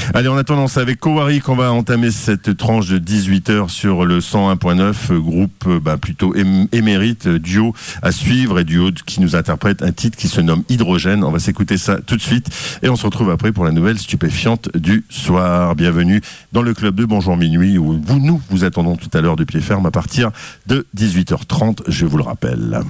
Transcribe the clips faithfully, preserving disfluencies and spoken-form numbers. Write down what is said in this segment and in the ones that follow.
Allez, en attendant, c'est avec Kowari qu'on va entamer cette tranche de dix-huit heures sur le cent un point neuf, groupe bah, plutôt ém- émérite, duo à suivre et duo qui nous interprète un titre qui se nomme Hydrogène. On va s'écouter ça tout de suite et on se retrouve après pour la nouvelle stupéfiante du soir. Bienvenue dans le club de Bonjour Minuit où vous, nous vous attendons tout à l'heure de pied ferme à partir de dix-huit heures trente, je vous le rappelle.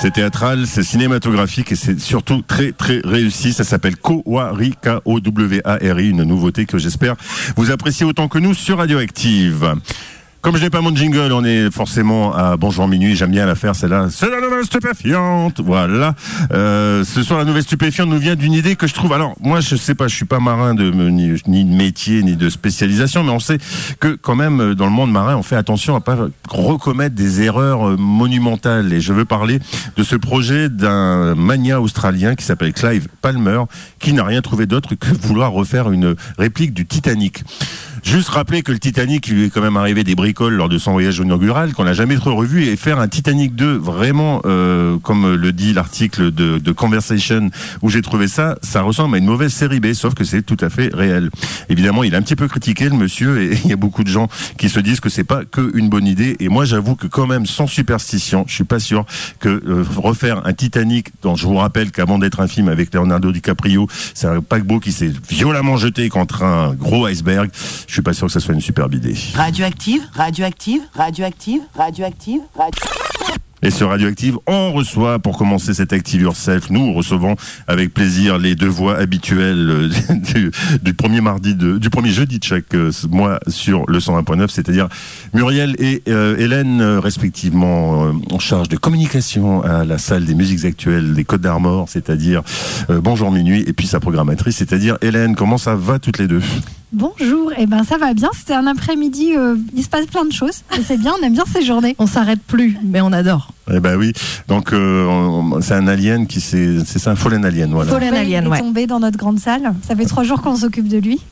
C'est théâtral, c'est cinématographique et c'est surtout très très réussi. Ça s'appelle Kowari, K O W A R I, une nouveauté que j'espère vous appréciez autant que nous sur Radioactive. Comme je n'ai pas mon jingle, on est forcément à Bonjour Minuit. J'aime bien la faire, celle-là. C'est la nouvelle stupéfiante. Voilà. Euh, ce soir, la nouvelle stupéfiante nous vient d'une idée que je trouve. Alors, moi, je sais pas, je suis pas marin de ni, ni de métier ni de spécialisation, mais on sait que quand même dans le monde marin, on fait attention à pas recommettre des erreurs monumentales. Et je veux parler de ce projet d'un magnat australien qui s'appelle Clive Palmer, qui n'a rien trouvé d'autre que vouloir refaire une réplique du Titanic. Juste rappeler que le Titanic lui est quand même arrivé des bricoles lors de son voyage inaugural, qu'on n'a jamais trop revu, et faire un Titanic deux vraiment, euh, comme le dit l'article de, de Conversation où j'ai trouvé ça, ça ressemble à une mauvaise série B, sauf que c'est tout à fait réel. Évidemment, il a un petit peu critiqué le monsieur, et il y a beaucoup de gens qui se disent que c'est pas que une bonne idée, et moi j'avoue que quand même, sans superstition, je suis pas sûr que euh, refaire un Titanic, dont je vous rappelle qu'avant d'être un film avec Leonardo DiCaprio, c'est un paquebot qui s'est violemment jeté contre un gros iceberg. Je suis pas sûr que ça soit une superbe idée. Radioactive, radioactive, radioactive, radioactive, radioactive. Et sur Radioactive, on reçoit, pour commencer cette Active Yourself, nous recevons avec plaisir les deux voix habituelles du, du premier mardi, de, du premier jeudi de chaque mois sur le cent un point neuf, c'est-à-dire Muriel et euh, Hélène, respectivement euh, en charge de communication à la salle des musiques actuelles des Côtes d'Armor, c'est-à-dire euh, Bonjour Minuit, et puis sa programmatrice, c'est-à-dire Hélène. Comment ça va toutes les deux ? Bonjour, eh ben ça va bien, c'était un après-midi, euh, il se passe plein de choses, et c'est bien, on aime bien ces journées. On s'arrête plus, mais on adore. Eh ben oui, donc euh, on, c'est un alien qui s'est, c'est ça, un fallen alien, voilà. Fallen alien, il est ouais. tombé dans notre grande salle, ça fait trois jours qu'on s'occupe de lui.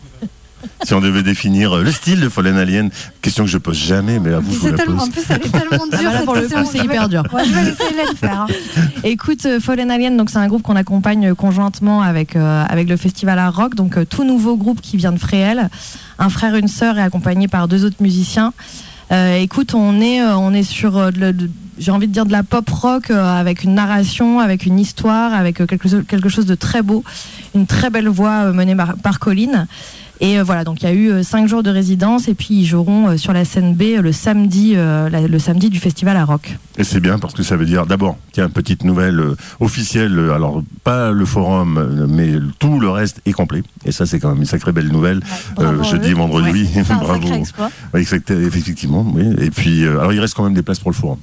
Si on devait définir le style de Fallen Alien, question que je pose jamais, mais à vous, je vous la tellement, pose. en plus, elle est tellement dure. Ah bah là, pour le coup, c'est hyper dur. Ouais, je vais laisser Hélène faire. Hein. Écoute, euh, Fallen Alien, donc c'est un groupe qu'on accompagne conjointement avec euh, avec le festival Art Rock, donc euh, tout nouveau groupe qui vient de Fréhel, un frère, une sœur, et accompagné par deux autres musiciens. Euh, écoute, on est euh, on est sur euh, de, de, j'ai envie de dire de la pop rock euh, avec une narration, avec une histoire, avec euh, quelque quelque chose de très beau, une très belle voix euh, menée par, par Colline. Et euh, voilà, donc il y a eu euh, cinq jours de résidence, et puis ils joueront euh, sur la scène B euh, le samedi, euh, la, le samedi du festival à Rock. Et c'est bien parce que ça veut dire d'abord qu'il y a une petite nouvelle euh, officielle, euh, alors pas le forum, euh, mais tout le reste est complet. Et ça, c'est quand même une sacrée belle nouvelle. Ouais, euh, jeudi, vendredi, oui, c'est un bravo. sacré exploit. Oui, effectivement, oui. Et puis, euh, alors il reste quand même des places pour le forum,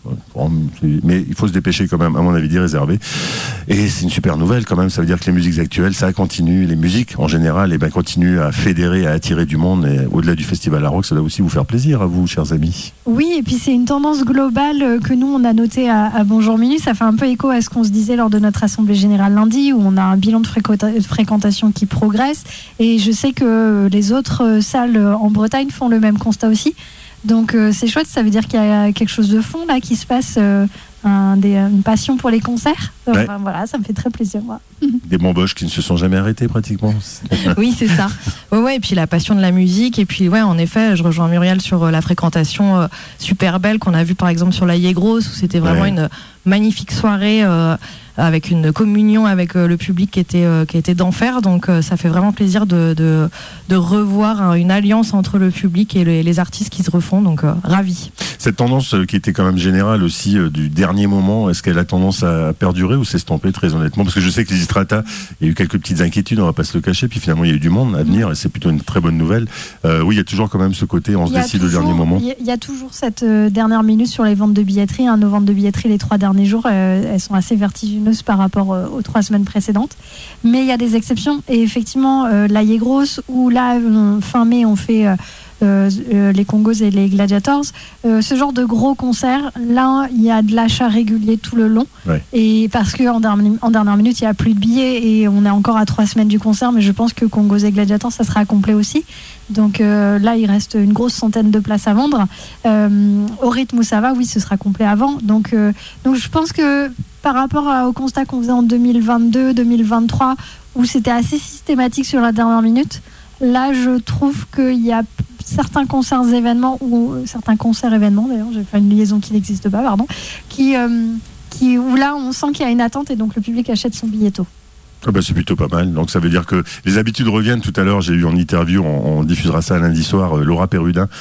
mais il faut se dépêcher quand même, à mon avis, d'y réserver. Et c'est une super nouvelle quand même. Ça veut dire que les musiques actuelles, ça continue, les musiques en général, et ben continuent à fédérer, à attirer du monde, et au-delà du festival à Rock, ça doit aussi vous faire plaisir à vous, chers amis. Oui, et puis c'est une tendance globale que nous on a notée à, à Bonjour Minuit. Ça fait un peu écho à ce qu'on se disait lors de notre assemblée générale lundi, où on a un bilan de fréquenta- fréquentation qui progresse, et je sais que les autres salles en Bretagne font le même constat aussi. Donc euh, c'est chouette, ça veut dire qu'il y a quelque chose de fond là qui se passe. Euh, Un, des, une passion pour les concerts. Enfin, ouais. Voilà, ça me fait très plaisir, moi. Des bamboches qui ne se sont jamais arrêtés pratiquement. Oui, c'est ça. Ouais, ouais, et puis la passion de la musique. Et puis, ouais, en effet, je rejoins Muriel sur euh, la fréquentation euh, super belle qu'on a vue par exemple sur la Grosse, où c'était vraiment ouais. une magnifique soirée euh, avec une communion avec euh, le public qui était, euh, qui était d'enfer. Donc, euh, ça fait vraiment plaisir de, de, de revoir hein, une alliance entre le public et le, les artistes qui se refont. Donc, euh, ravi. Cette tendance euh, qui était quand même générale aussi euh, du dernier moment, est-ce qu'elle a tendance à perdurer ou s'estomper très honnêtement? Parce que je sais que les Istrata, il y a eu quelques petites inquiétudes, on va pas se le cacher, puis finalement il y a eu du monde à venir et c'est plutôt une très bonne nouvelle. Euh, oui, il y a toujours quand même ce côté, on se décide toujours, au dernier moment. Il y a toujours cette euh, dernière minute sur les ventes de billetterie. Hein, nos ventes de billetterie les trois derniers jours, euh, elles sont assez vertigineuses par rapport euh, aux trois semaines précédentes. Mais il y a des exceptions et effectivement, euh, la Grosse, où là, on, fin mai, on fait... Euh, Euh, euh, les Congos et les Gladiators, euh, ce genre de gros concerts, là il y a de l'achat régulier tout le long, ouais. Et parce qu'en dernière, en dernière minute il n'y a plus de billets et on est encore à trois semaines du concert, mais je pense que Congos et Gladiators ça sera complet aussi, donc euh, là il reste une grosse centaine de places à vendre. Euh, au rythme où ça va, oui ce sera complet avant, donc, euh, donc je pense que par rapport à, au constat qu'on faisait en deux mille vingt-deux deux mille vingt-trois où c'était assez systématique sur la dernière minute, là je trouve qu'il y a certains concerts événements ou euh, certains concerts événements d'ailleurs, j'ai fait une liaison qui n'existe pas, pardon, qui, euh, qui, où là on sent qu'il y a une attente et donc le public achète son billet tôt. Ah bah c'est plutôt pas mal, donc ça veut dire que les habitudes reviennent. Tout à l'heure j'ai eu en interview, on, on diffusera ça lundi soir, euh, Laura Perrudin,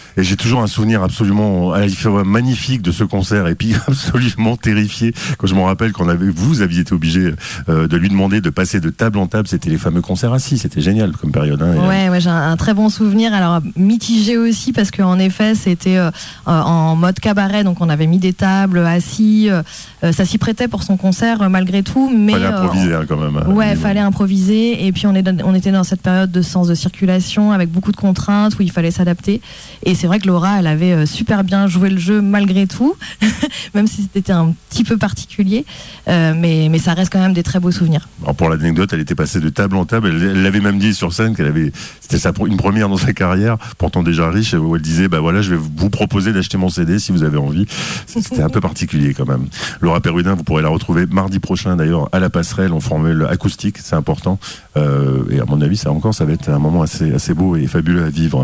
Et j'ai toujours un souvenir absolument à la fois magnifique de ce concert et puis absolument terrifié quand je me rappelle qu'on avait, vous aviez été obligé euh, de lui demander de passer de table en table. C'était les fameux concerts assis. C'était génial comme période. Hein, ouais, ouais, j'ai un, un très bon souvenir. Alors mitigé aussi parce qu'en effet c'était euh, en mode cabaret, donc on avait mis des tables assis. Euh, ça s'y prêtait pour son concert euh, malgré tout, mais fallait improviser euh, hein, quand même. Hein, ouais, fallait improviser. Et puis on, est, on était dans cette période de sens de circulation avec beaucoup de contraintes où il fallait s'adapter. Et c'est vrai que Laura, elle avait super bien joué le jeu malgré tout, même si c'était un petit peu particulier, euh, mais, mais ça reste quand même des très beaux souvenirs. Alors pour l'anecdote, elle était passée de table en table, elle, elle l'avait même dit sur scène qu'elle avait, c'était sa, une première dans sa carrière, pourtant déjà riche, où elle disait, bah voilà, je vais vous proposer d'acheter mon C D si vous avez envie. C'était un peu particulier quand même. Laura Perrudin, vous pourrez la retrouver mardi prochain d'ailleurs à la Passerelle en formule acoustique, c'est important, euh, et à mon avis, ça encore, ça va être un moment assez, assez beau et fabuleux à vivre.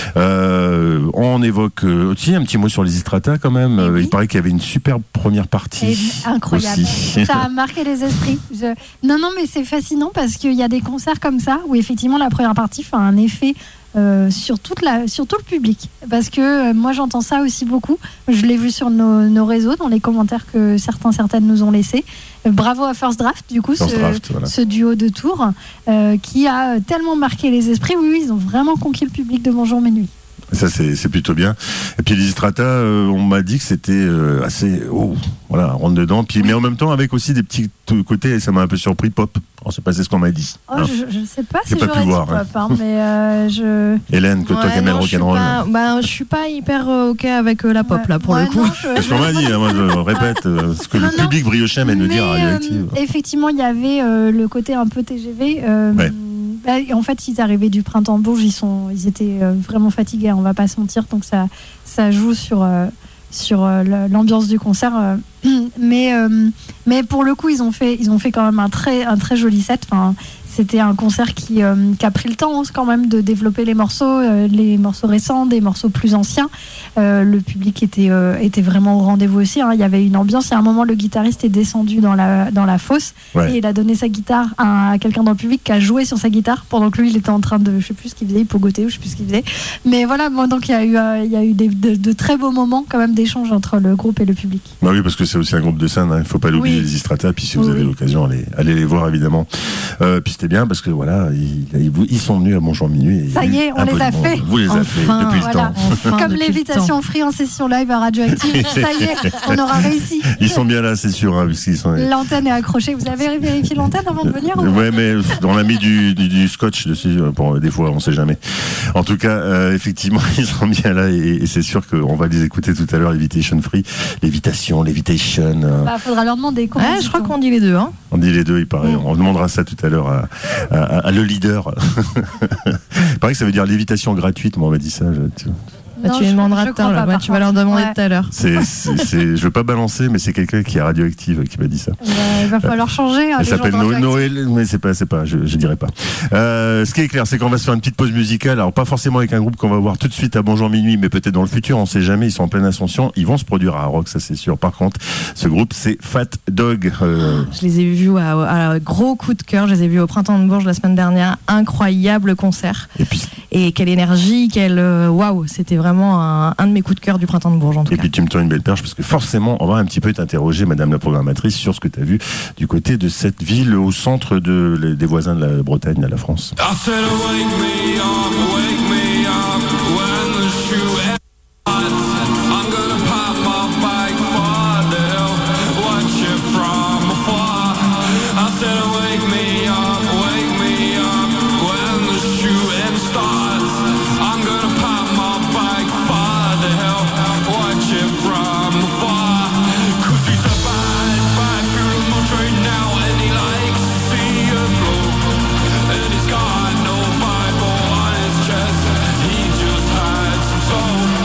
Euh, on évoque aussi un petit mot sur les Istrata quand même. Oui. Il paraît qu'il y avait une superbe première partie. Et incroyable. Aussi. Ça a marqué les esprits. Je... Non, non, mais c'est fascinant parce qu'il y a des concerts comme ça où effectivement la première partie fait un effet euh, sur, toute la, sur tout le public. Parce que euh, moi j'entends ça aussi beaucoup. Je l'ai vu sur nos, nos réseaux, dans les commentaires que certains, certaines nous ont laissés. Euh, bravo à First Draft, du coup, First ce, Draft, voilà. ce duo de Tours euh, qui a tellement marqué les esprits. Oui, oui, ils ont vraiment conquis le public de Bonjour Minuit. Ça c'est, c'est plutôt bien. Et puis les Istrata, euh, on m'a dit que c'était euh, assez, oh, voilà, rentre dedans. Puis mais en même temps avec aussi des petits côtés, ça m'a un peu surpris pop. On sait pas, c'est ce qu'on m'a dit. Oh, hein. je, je sais pas J'ai si pas j'aurais pu dit voir, pop, hein. hein, mais euh, je. Hélène, que ouais, toi qui aimes le rock'n'roll. Bah, je suis pas hyper euh, ok avec euh, la pop ouais. là pour ouais, le coup. Non, je... C'est ce qu'on m'a dit. Hein, moi je répète euh, ce que non, le public briochait mais nous dire à Radioactive. Euh, effectivement, il y avait euh, le côté un peu T G V. Euh, ouais. Bah, en fait, ils arrivaient du printemps de Bourges, ils, sont, ils étaient euh, vraiment fatigués, on va pas se mentir, donc ça, ça joue sur, euh, sur euh, l'ambiance du concert. Euh, mais, euh, mais pour le coup, ils ont fait, ils ont fait quand même un très, un très joli set. Enfin, c'était un concert qui, euh, qui a pris le temps quand même de développer les morceaux, euh, les morceaux récents, des morceaux plus anciens. Euh, le public était, euh, était vraiment au rendez-vous aussi. Hein. Il y avait une ambiance. Il y a un moment, le guitariste est descendu dans la, dans la fosse ouais. et il a donné sa guitare à, à quelqu'un dans le public qui a joué sur sa guitare pendant que lui, il était en train de, je sais plus ce qu'il faisait, pogoter ou je sais plus ce qu'il faisait. Mais voilà, bon, donc il y a eu, euh, il y a eu des, de, de très beaux moments quand même d'échange entre le groupe et le public. Bah oui, parce que c'est aussi un groupe de scène. Il hein. ne faut pas l'oublier, oui. les Istrata. Puis si vous oui. avez l'occasion, allez, allez les voir évidemment. Euh, puis c'était bien parce que voilà, ils, ils sont venus à Bonjour Minuit. Ça y est, on les a fait. Vous les avez fait depuis voilà. le temps. Enfin, comme l'évitation free en session live à Radioactive. Ça y est, on aura réussi. Ils sont bien là, c'est sûr. Hein, puisqu'ils sont... L'antenne est accrochée. Vous avez vérifié l'antenne avant de venir ou... Ouais, mais on a mis du, du, du scotch dessus. Pour des fois, on sait jamais. En tout cas, euh, effectivement, ils sont bien là et, et c'est sûr qu'on va les écouter tout à l'heure. Levitation free, lévitation, lévitation. Euh... Bah, faudra leur demander comment. Ouais, je crois qu'on dit les deux. Hein. On dit les deux, il paraît. Mm. On demandera ça tout à l'heure à, à, à, à le leader. Il paraît que ça veut dire lévitation gratuite. Moi, on m'a dit ça. Je, tu... Bah, tu, je, demanderas je tout pas, ouais, tu vas leur demander ouais. tout à l'heure. C'est, c'est, c'est, je veux pas balancer, mais c'est quelqu'un qui est Radioactive qui m'a dit ça. Bah, il va falloir changer. Hein, elle s'appelle no- Noël, mais c'est pas, c'est pas, je, je dirais pas. Euh, ce qui est clair, c'est qu'on va se faire une petite pause musicale. Alors pas forcément avec un groupe qu'on va voir tout de suite à Bonjour Minuit, mais peut-être dans le futur, on sait jamais. Ils sont en pleine ascension. Ils vont se produire à Rock, ça c'est sûr. Par contre, ce groupe, c'est Fat Dog. Euh... Je les ai vus à, à, à gros coup de cœur. Je les ai vus au Printemps de Bourges la semaine dernière. Incroyable concert. Et puis. Et quelle énergie, quelle waouh, wow, c'était vraiment un, un de mes coups de cœur du Printemps de Bourges en tout et cas. Et puis tu me tends une belle perche parce que forcément on va un petit peu t'interroger Madame la programmatrice sur ce que tu as vu du côté de cette ville au centre de, des voisins de la Bretagne, de la France. Got no Bible on his chest. He just hides some soul.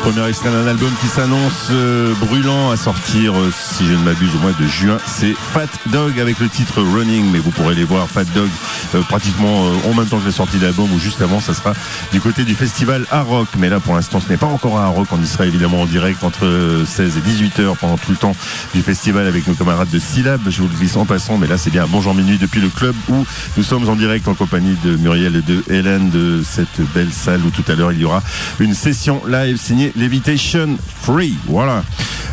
Premier extrait d'un album qui s'annonce euh, brûlant à sortir, euh, si je ne m'abuse, au mois de juin. C'est Fat Dog avec le titre Running, mais vous pourrez les voir, Fat Dog, euh, pratiquement euh, en même temps que la sortie de l'album, ou juste avant, ça sera du côté du festival Art Rock. Mais là, pour l'instant, ce n'est pas encore à Art Rock. On y sera évidemment en direct entre seize et dix-huit heures pendant tout le temps du festival avec nos camarades de Syllab. Je vous le glisse en passant, mais là, c'est bien Bonjour Minuit depuis le club où nous sommes en direct en compagnie de Muriel et de Hélène de cette belle salle où tout à l'heure il y aura une session live signée Levitation Free. Voilà.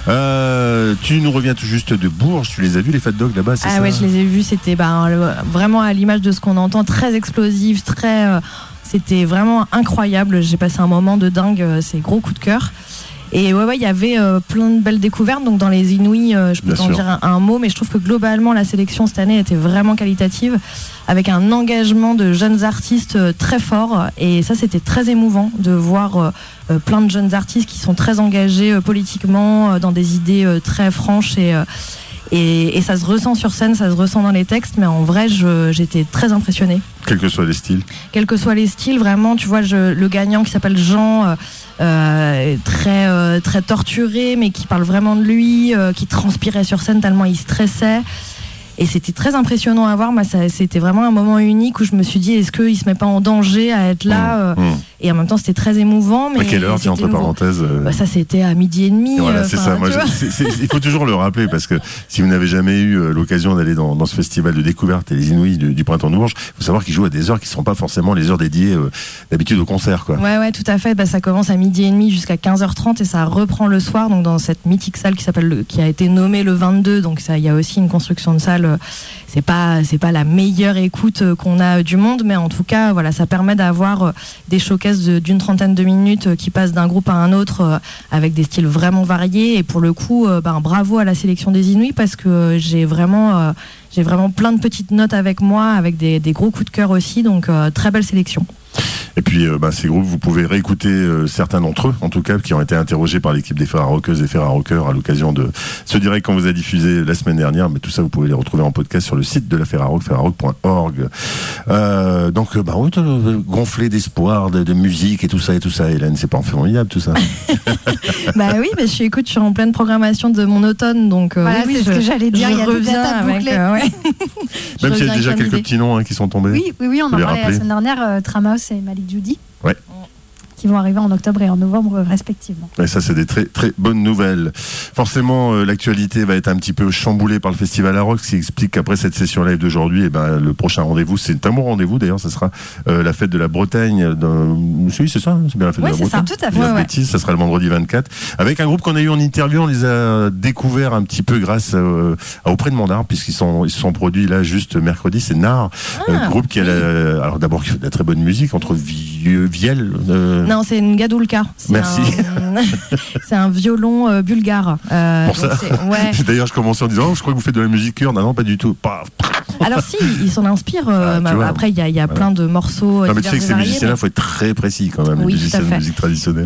Euh, tu nous reviens tout juste de Bourges. Tu les as vus les Fat Dogs là-bas, c'est ah ça? Ouais, je les ai vus. C'était bah, vraiment à l'image de ce qu'on entend, très explosif, très. Euh, c'était vraiment incroyable. J'ai passé un moment de dingue. C'est gros coup de cœur. Et ouais, ouais, il y avait euh, plein de belles découvertes. Donc dans les Inouïs, euh, je peux t'en dire un, un mot, mais je trouve que globalement la sélection cette année était vraiment qualitative, avec un engagement de jeunes artistes euh, très fort. Et ça, c'était très émouvant de voir euh, euh, plein de jeunes artistes qui sont très engagés euh, politiquement, euh, dans des idées euh, très franches et euh, Et, et ça se ressent sur scène, ça se ressent dans les textes, mais en vrai, je, j'étais très impressionnée. Quels que soient les styles. Quels que soient les styles, vraiment, tu vois, je, le gagnant qui s'appelle Jean, euh, euh, très, euh, très torturé, mais qui parle vraiment de lui, euh, qui transpirait sur scène tellement il stressait. Et c'était très impressionnant à voir. Moi, ça, c'était vraiment un moment unique où je me suis dit, est-ce qu'il se met pas en danger à être là? mmh, mmh. Et en même temps, c'était très émouvant. Mais à quelle heure, entre parenthèses euh... bah, ça, c'était à midi et demi. Voilà, c'est ça. Moi, je, c'est, c'est, il faut toujours le rappeler parce que si vous n'avez jamais eu l'occasion d'aller dans, dans ce festival de découverte et les Inouïs du, du Printemps de Bourges, il faut savoir qu'ils jouent à des heures qui ne sont pas forcément les heures dédiées euh, d'habitude au concert, quoi. Ouais, ouais, tout à fait. Bah, ça commence à midi et demi jusqu'à quinze heures trente et ça reprend le soir, donc dans cette mythique salle qui s'appelle, le, qui a été nommée le vingt-deux. Donc ça, il y a aussi une construction de salle. Euh, c'est pas, c'est pas la meilleure écoute qu'on a du monde, mais en tout cas, voilà, ça permet d'avoir des showcases de, d'une trentaine de minutes qui passent d'un groupe à un autre avec des styles vraiment variés. Et pour le coup, ben, bravo à la sélection des Inouïs parce que j'ai vraiment, euh, j'ai vraiment plein de petites notes avec moi, avec des, des gros coups de cœur aussi. Donc, euh, très belle sélection. Et puis euh, bah, ces groupes, vous pouvez réécouter euh, certains d'entre eux, en tout cas, qui ont été interrogés par l'équipe des Ferra Rockeuses et Ferra Rockeurs à l'occasion de ce direct qu'on vous a diffusé la semaine dernière. Mais tout ça, vous pouvez les retrouver en podcast sur le site de la Ferra Rock, ferra rock point org. Euh, donc, bah, oui, gonflé d'espoir, de, de musique et tout ça et tout ça. Hélène, c'est pas formidable tout ça? Bah oui, mais je suis, écoute, je suis en pleine programmation de mon automne, donc euh, voilà, oui, c'est je, ce que j'allais dire. Je il y a reviens avec, euh, ouais. Même s'il y a déjà quelques petits noms hein, qui sont tombés. Oui, oui, oui, on en parlait la semaine dernière. Euh, Tramos et Malik Judy. Ouais. Qui vont arriver en octobre et en novembre respectivement. Et ça, c'est des très très bonnes nouvelles. Forcément, euh, l'actualité va être un petit peu chamboulée par le festival Art Rock, ce qui explique qu'après cette session live d'aujourd'hui, eh ben, le prochain rendez-vous, c'est un bon rendez-vous d'ailleurs, ça sera euh, la fête de la Bretagne. Dans... Oui, c'est ça, c'est bien la fête ouais, de la Bretagne. Ça, tout à fait. Ouais, bêtise, ça sera le vendredi vingt-quatre. Avec un groupe qu'on a eu en interview, on les a découverts un petit peu grâce euh, à Auprès de Mandar, puisqu'ils sont, ils se sont produits là juste mercredi. C'est Nard, ah, euh, groupe qui a la... alors d'abord qui fait de la très bonne musique entre vieux vielles. Euh... Non, c'est une gadoulka. C'est Merci. Un... c'est un violon euh, bulgare. Euh, Pour ça. Ouais. D'ailleurs, je commençais en disant, oh, je crois que vous faites de la musique kurde. Non, non, pas du tout. Pas... Alors si, ils s'en inspirent. Euh, ah, bah, après, il y a, y a voilà. plein de morceaux. Non, mais tu sais que ces musiciens-là, il faut être très précis quand même. Oui, les musiciens de musique traditionnelle.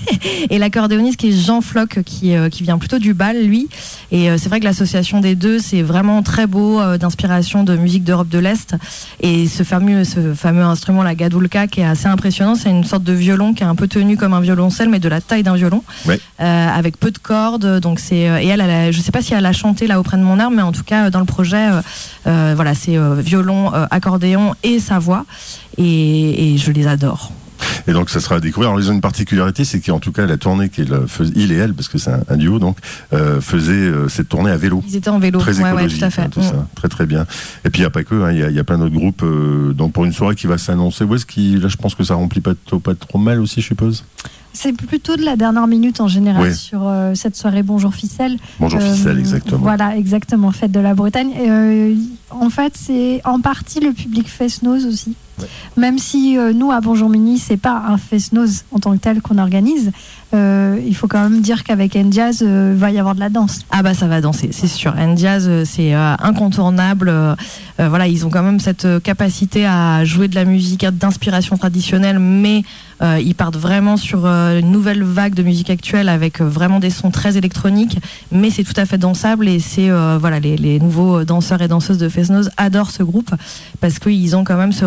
Et l'accordéoniste qui est Jean Floch, qui, euh, qui vient plutôt du bal, lui. Et euh, c'est vrai que l'association des deux, c'est vraiment très beau, euh, d'inspiration de musique d'Europe de l'Est. Et ce fameux, ce fameux instrument, la gadoulka, qui est assez impressionnant, c'est une sorte de violon qui est un peu tenu comme un violoncelle, mais de la taille d'un violon, ouais. euh, avec peu de cordes. Donc c'est, et elle, elle a, je ne sais pas si elle a chanté là auprès de mon arme, mais en tout cas dans le projet, euh, euh, voilà, c'est euh, violon, euh, accordéon et sa voix, et, et je les adore. Et donc ça sera à découvrir. Alors ils ont une particularité, c'est qu'en tout cas la tournée qu'il faisait, il et elle, parce que c'est un, un duo, donc euh, faisait euh, cette tournée à vélo. Ils étaient en vélo, très ouais, écologique, ouais, tout à fait. Hein, tout mmh. ça. Très très bien. Et puis il n'y a pas que, il hein, y, y a plein d'autres groupes. Euh, donc pour une soirée qui va s'annoncer, où est-ce qui, là je pense que ça remplit pas, pas trop mal aussi, je suppose. C'est plutôt de la dernière minute en général oui. sur euh, cette soirée Bonjour Ficelle. Bonjour euh, Ficelle, exactement. Voilà, exactement, fête de la Bretagne. Euh, en fait, c'est en partie le public fest-noz aussi. Ouais. Même si euh, nous, à Bonjour Minuit, c'est pas un fest-noz en tant que tel qu'on organise, euh, il faut quand même dire qu'avec N-Jazz, il euh, va y avoir de la danse. Ah bah ça va danser, c'est sûr. N-Jazz, c'est euh, incontournable. Euh, voilà, ils ont quand même cette capacité à jouer de la musique d'inspiration traditionnelle, mais euh, ils partent vraiment sur euh, une nouvelle vague de musique actuelle avec euh, vraiment des sons très électroniques, mais c'est tout à fait dansable. Et c'est euh, voilà, les, les nouveaux danseurs et danseuses de Fest-Noz adorent ce groupe parce qu'ils ont quand même ce respect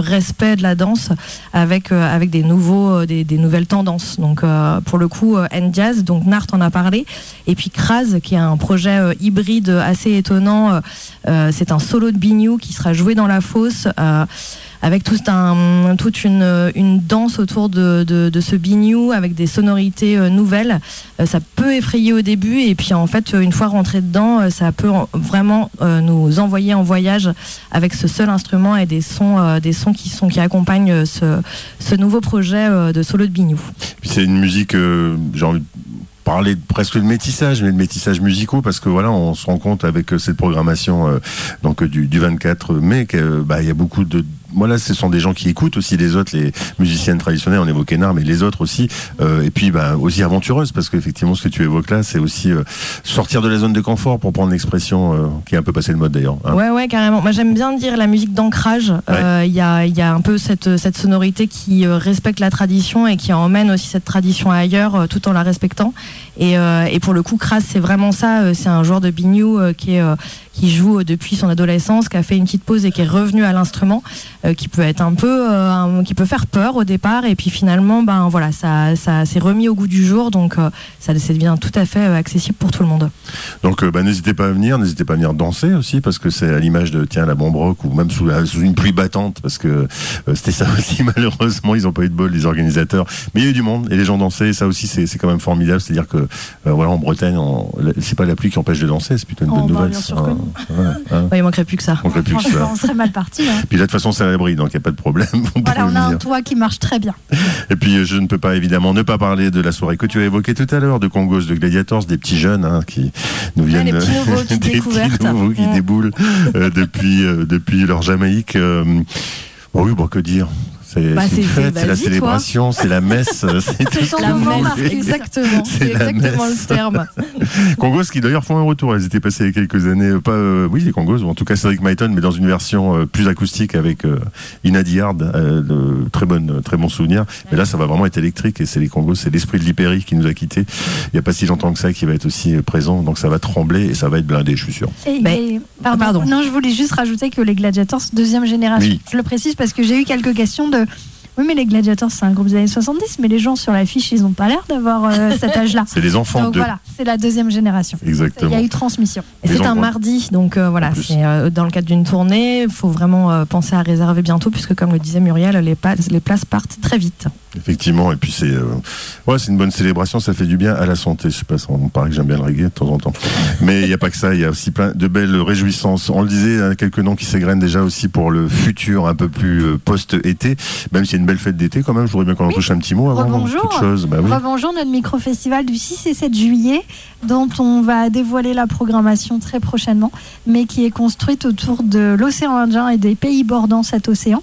respect de la danse avec, euh, avec des, nouveaux, euh, des, des nouvelles tendances. Donc euh, pour le coup, euh, N-Jazz, donc Nart en a parlé, et puis Kraz, qui est un projet euh, hybride assez étonnant. Euh, c'est un solo de Biniou qui sera joué dans la fosse. Euh, avec tout un, toute une, une danse autour de, de, de ce biniou, avec des sonorités euh, nouvelles. Euh, ça peut effrayer au début, et puis en fait, une fois rentré dedans, euh, ça peut en, vraiment euh, nous envoyer en voyage avec ce seul instrument et des sons, euh, des sons qui, sont, qui accompagnent ce, ce nouveau projet euh, de solo de biniou. C'est une musique, euh, j'ai envie de parler de, presque de métissage, mais de métissage musicaux, parce que voilà, on se rend compte avec cette programmation euh, donc du, du vingt-quatre mai qu'il bah, y a beaucoup de voilà, ce sont des gens qui écoutent aussi les autres, les musiciennes traditionnelles, on évoquait Nart, mais les autres aussi, euh, et puis bah, aussi aventureuses, parce qu'effectivement ce que tu évoques là, c'est aussi euh, sortir de la zone de confort, pour prendre l'expression euh, qui est un peu passé le mode d'ailleurs. Hein. Ouais, ouais, carrément. Moi j'aime bien dire la musique d'ancrage. Il ouais. euh, y, a, y a un peu cette, cette sonorité qui euh, respecte la tradition et qui emmène aussi cette tradition ailleurs euh, tout en la respectant. Et, euh, et pour le coup, Kraz, c'est vraiment ça. Euh, c'est un joueur de biniou euh, qui, est, euh, qui joue depuis son adolescence, qui a fait une petite pause et qui est revenu à l'instrument. Euh, qui peut être un peu, euh, un, qui peut faire peur au départ, et puis finalement, ben voilà, ça, ça s'est remis au goût du jour, donc euh, ça, ça devient tout à fait euh, accessible pour tout le monde. Donc, euh, bah, n'hésitez pas à venir, n'hésitez pas à venir danser aussi, parce que c'est à l'image de tiens la bombe rock, ou même sous, la, sous une pluie battante, parce que euh, c'était ça aussi malheureusement, ils n'ont pas eu de bol les organisateurs, mais il y a eu du monde et les gens dansaient, et ça aussi c'est, c'est quand même formidable, c'est-à-dire que euh, voilà, en Bretagne, on, c'est pas la pluie qui empêche de danser, c'est plutôt une oh, bonne bah, nouvelle. Bien sûr que non. Hein, hein. Ouais, il manquerait plus que ça. Il manquerait plus que ça. On serait mal parti. Hein. Puis là de toute façon c'est à l'abri, donc il n'y a pas de problème. On voilà, on a un toit qui marche très bien. Et puis je ne peux pas évidemment ne pas parler de la soirée que tu as évoquée tout à l'heure, de Congos, de Gladiators, des petits jeunes hein, qui nous viennent, ouais, des petits nouveaux qui, des petits nouveaux qui ouais. déboulent euh, depuis, euh, depuis leur Jamaïque. Euh, oh oui, bon, que dire. C'est, bah, c'est c'est, une fête, c'est la célébration, toi. c'est la messe, c'est tout c'est la messe, exactement, c'est, c'est exactement le terme. Congos qui d'ailleurs font un retour, elles étaient passées il y a quelques années, pas, euh, oui les Congos, ou en tout cas Cédric Myton, mais dans une version euh, plus acoustique avec euh, Ina Diard, euh, de très bonne, très bon souvenir. Mais là ça va vraiment être électrique, et c'est les Congos, c'est l'esprit de l'Hypérie qui nous a quittés. Il n'y a pas si longtemps que ça qui va être aussi présent, donc ça va trembler et ça va être blindé, je suis sûr. Et, bah, et, pardon, pardon. Non, je voulais juste rajouter que les Gladiators deuxième génération. Oui. Je le précise parce que j'ai eu quelques questions de oui, mais les Gladiators, c'est un groupe des années soixante-dix, mais les gens sur l'affiche, ils n'ont pas l'air d'avoir euh, cet âge-là. C'est les enfants. Donc de... voilà, c'est la deuxième génération. Exactement. Il y a eu transmission. Et c'est un mardi, donc euh, voilà, c'est euh, dans le cadre d'une tournée. Il faut vraiment euh, penser à réserver bientôt, puisque comme le disait Muriel, les, pa- les places partent très vite. Effectivement, et puis c'est, euh, ouais, c'est une bonne célébration, ça fait du bien à la santé. Je sais pas, on paraît que j'aime bien le reggae de temps en temps. Mais il n'y a pas que ça, il y a aussi plein de belles réjouissances. On le disait, hein, quelques noms qui s'égrènent déjà aussi pour le futur un peu plus euh, post-été, même s'il y a une belle fête d'été quand même. Je voudrais bien qu'on en touche un petit mot avant. Rebonjour. Toute chose. Bah, oui. Rebonjour, notre micro-festival du six et sept juillet, dont on va dévoiler la programmation très prochainement, mais qui est construite autour de l'océan Indien et des pays bordant cet océan.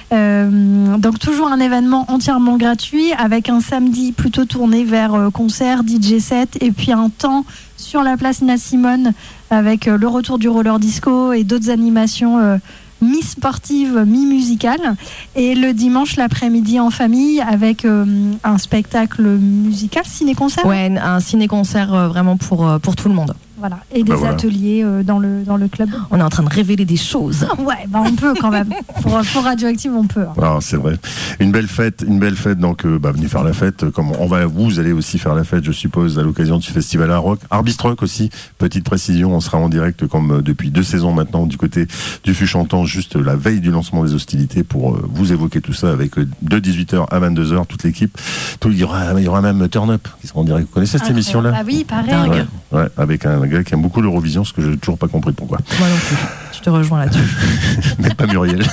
Euh, donc toujours un événement entièrement gratuit, avec un samedi plutôt tourné vers euh, concert, D J set, et puis un temps sur la place Nina-Simone avec euh, le retour du roller disco et d'autres animations euh, mi-sportives, mi-musicales. Et le dimanche l'après-midi en famille avec euh, un spectacle musical, ciné-concert. Ouais, un ciné-concert euh, vraiment pour, euh, pour tout le monde. Voilà. Et des bah voilà. ateliers euh, dans, le, dans le club. On est en train de révéler des choses. Ouais, bah on peut quand même. Pour, pour Radioactive, on peut. Hein. Ah, c'est vrai. Une belle fête, une belle fête. Donc, euh, bah, venez faire la fête. Comme on va, vous allez aussi faire la fête, je suppose, à l'occasion du festival à rock. Arbistrock aussi. Petite précision, on sera en direct comme euh, depuis deux saisons maintenant du côté du Fût Chantant, juste la veille du lancement des hostilités pour euh, vous évoquer tout ça avec euh, de dix-huit heures à vingt-deux heures toute l'équipe. Tout, il y aura, il y aura même Turn Up qui sera en direct. Vous connaissez cette ah, émission-là? Ah oui, pareil. Ouais, ouais, avec un gars qui aime beaucoup l'Eurovision, ce que j'ai toujours pas compris pourquoi. Moi non plus. Je te rejoins là-dessus. Mais pas Muriel.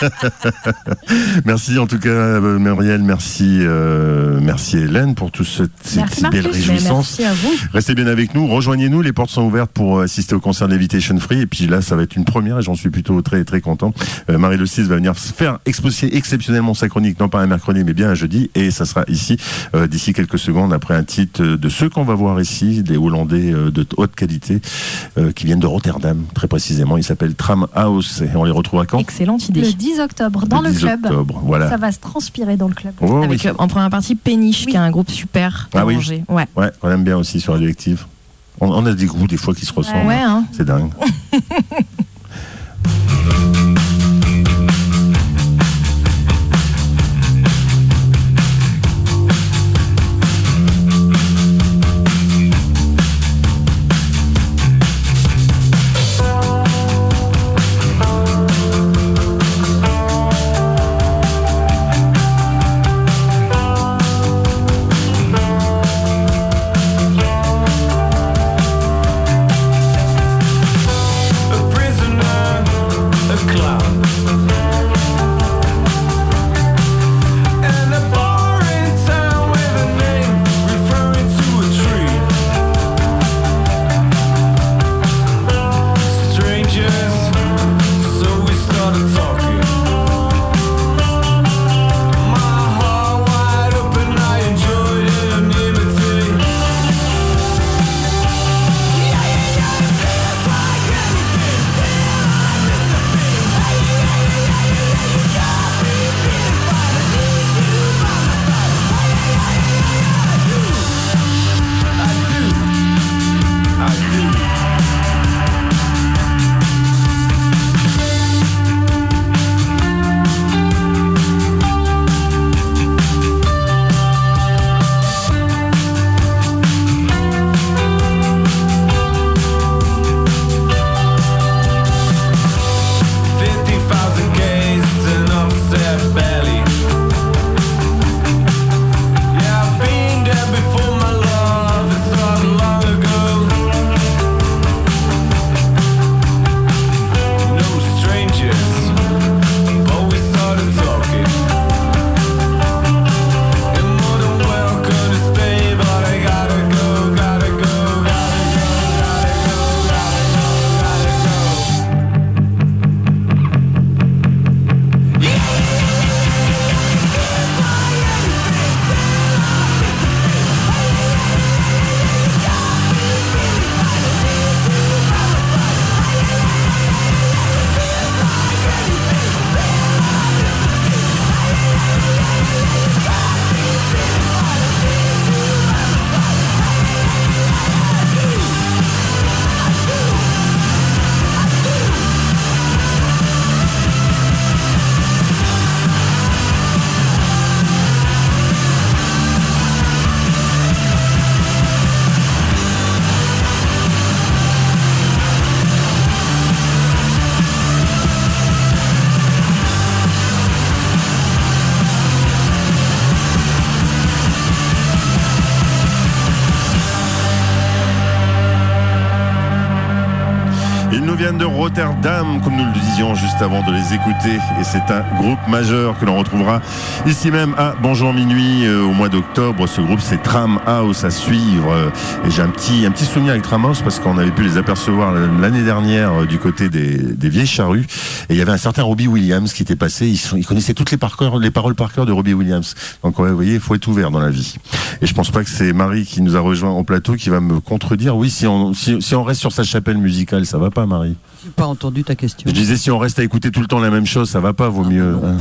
Merci en tout cas euh, Muriel, merci euh, merci Hélène pour toutes ce, ces, ces belles réjouissances. Merci à vous. Restez bien avec nous, rejoignez-nous, les portes sont ouvertes pour assister au concert de Levitation Free, et puis là ça va être une première et j'en suis plutôt très très content. Euh, Marie Le six va venir faire exposer exceptionnellement sa chronique, non pas un mercredi mais bien un jeudi, et ça sera ici euh, d'ici quelques secondes après un titre de ceux qu'on va voir ici, des Hollandais euh, de haute qualité euh, qui viennent de Rotterdam très précisément. Il s'appelle Tram House et on les retrouve à quand? Excellente idée. Le dix octobre dans le, le club. Octobre, voilà. Ça va se transpirer dans le club. Oh, Avec oui. euh, en première partie Péniche, oui. qui est un groupe super ah, oui. Ouais. Ouais, on aime bien aussi sur Radioactive. On, on a des goûts des fois qui se ressemblent. Ouais, hein. C'est dingue. viennent de Rotterdam, comme nous le disions juste avant de les écouter. Et c'est un groupe majeur que l'on retrouvera ici même à Bonjour Minuit euh, au mois d'octobre. Ce groupe, c'est Tramhouse à suivre. Et j'ai un petit, un petit souvenir avec Tramhouse parce qu'on avait pu les apercevoir l'année dernière euh, du côté des, des Vieilles Charrues. Et il y avait un certain Robbie Williams qui était passé. Ils, sont, ils connaissaient toutes les, par cœur, les paroles par cœur de Robbie Williams. Donc ouais, vous voyez, il faut être ouvert dans la vie. Et je pense pas que c'est Marie qui nous a rejoint au plateau qui va me contredire. Oui, si on, si, si on reste sur sa chapelle musicale, ça va pas, Marie? J'ai pas entendu ta question. Je disais, si on reste à écouter tout le temps la même chose, ça va pas, vaut mieux. Hein.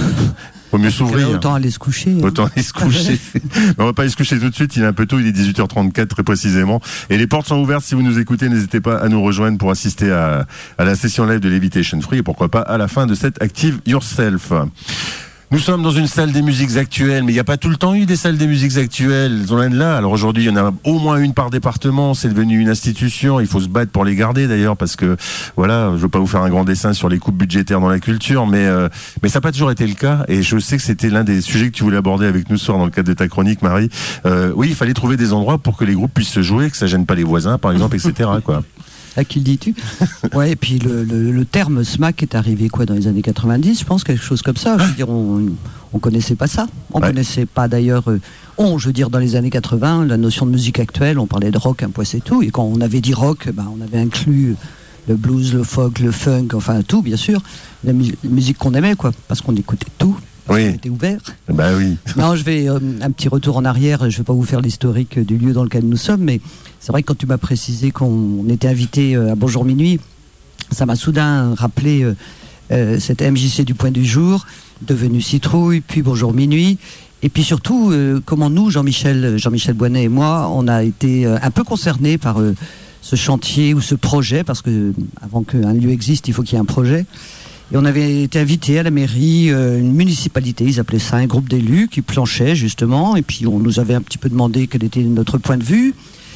Vaut mieux s'ouvrir. Autant aller se coucher. Hein. Autant aller se coucher. Mais on va pas aller se coucher tout de suite, il est un peu tôt, il est dix-huit heures trente-quatre très précisément. Et les portes sont ouvertes, si vous nous écoutez, n'hésitez pas à nous rejoindre pour assister à, à la session live de Levitation Free et pourquoi pas à la fin de cette Active Yourself. Nous sommes dans une salle des musiques actuelles, mais il n'y a pas tout le temps eu des salles des musiques actuelles. On en est là. Alors aujourd'hui, il y en a au moins une par département. C'est devenu une institution. Il faut se battre pour les garder d'ailleurs, parce que voilà, je veux pas vous faire un grand dessin sur les coupes budgétaires dans la culture, mais euh, mais ça n'a pas toujours été le cas. Et je sais que c'était l'un des sujets que tu voulais aborder avec nous ce soir dans le cadre de ta chronique, Marie. Euh, oui, il fallait trouver des endroits pour que les groupes puissent se jouer, que ça gêne pas les voisins, par exemple, et cetera. Quoi. À qui le dis-tu? Ouais, et puis le, le, le terme smack est arrivé quoi dans les années quatre-vingt-dix, je pense, quelque chose comme ça. Je veux dire, on, on connaissait pas ça. On ouais. connaissait pas d'ailleurs. Euh, on, je veux dire, dans les années quatre-vingts, la notion de musique actuelle, on parlait de rock, un point c'est tout. Et quand on avait dit rock, ben, on avait inclus le blues, le folk, le funk, enfin tout, bien sûr, la mu- musique qu'on aimait, quoi, parce qu'on écoutait tout. Oui. On était ouvert. Bah oui. Non, je vais euh, un petit retour en arrière. Je vais pas vous faire l'historique du lieu dans lequel nous sommes, mais c'est vrai que quand tu m'as précisé qu'on était invité euh, à Bonjour Minuit, ça m'a soudain rappelé euh, euh, cette M J C du Point du Jour, devenu Citrouille, puis Bonjour Minuit, et puis surtout euh, comment nous, Jean-Michel, Jean-Michel Boinet et moi, on a été euh, un peu concernés par euh, ce chantier ou ce projet, parce que avant qu'un lieu existe, il faut qu'il y ait un projet. Et on avait été invité à la mairie, euh, une municipalité, ils appelaient ça un groupe d'élus qui planchait justement, et puis on nous avait un petit peu demandé quel était notre point de vue,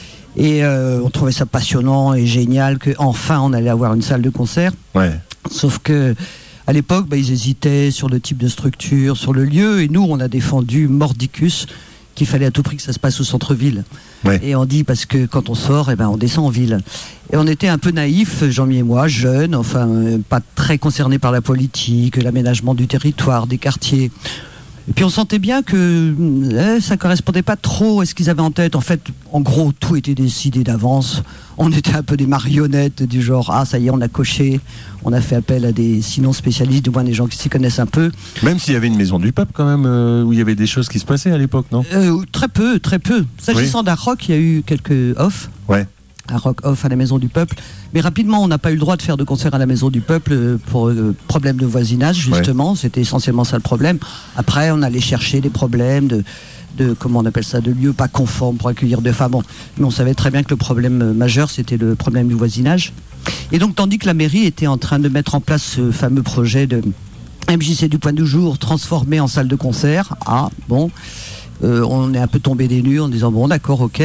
et euh, on trouvait ça passionnant et génial qu'enfin on allait avoir une salle de concert. Ouais. Sauf que à l'époque, bah, ils hésitaient sur le type de structure, sur le lieu, et nous on a défendu mordicus qu'il fallait à tout prix que ça se passe au centre-ville. Ouais. Et on dit parce que quand on sort, eh ben, on descend en ville. Et on était un peu naïfs, Jean-Mi et moi, jeunes, enfin euh, pas très concernés par la politique, l'aménagement du territoire, des quartiers. Et puis on sentait bien que euh, ça correspondait pas trop à ce qu'ils avaient en tête. En fait, en gros, tout était décidé d'avance. On était un peu des marionnettes du genre, ah ça y est, on a coché. On a fait appel à des, sinon spécialistes, du moins des gens qui s'y connaissent un peu. Même s'il y avait une maison du peuple quand même, euh, où il y avait des choses qui se passaient à l'époque, non? euh, Très peu, très peu. S'agissant oui. d'un rock, il y a eu quelques off. Ouais. Un rock off à la Maison du Peuple. Mais rapidement, on n'a pas eu le droit de faire de concert à la Maison du Peuple pour euh, problème de voisinage, justement. Ouais. C'était essentiellement ça le problème. Après, on allait chercher des problèmes de, de comment on appelle ça, de lieux pas conformes pour accueillir des femmes. Bon. Mais on savait très bien que le problème majeur, c'était le problème du voisinage. Et donc, tandis que la mairie était en train de mettre en place ce fameux projet de M J C du Point du Jour transformé en salle de concert, ah, bon, euh, on est un peu tombé des nues en disant, bon, d'accord, ok.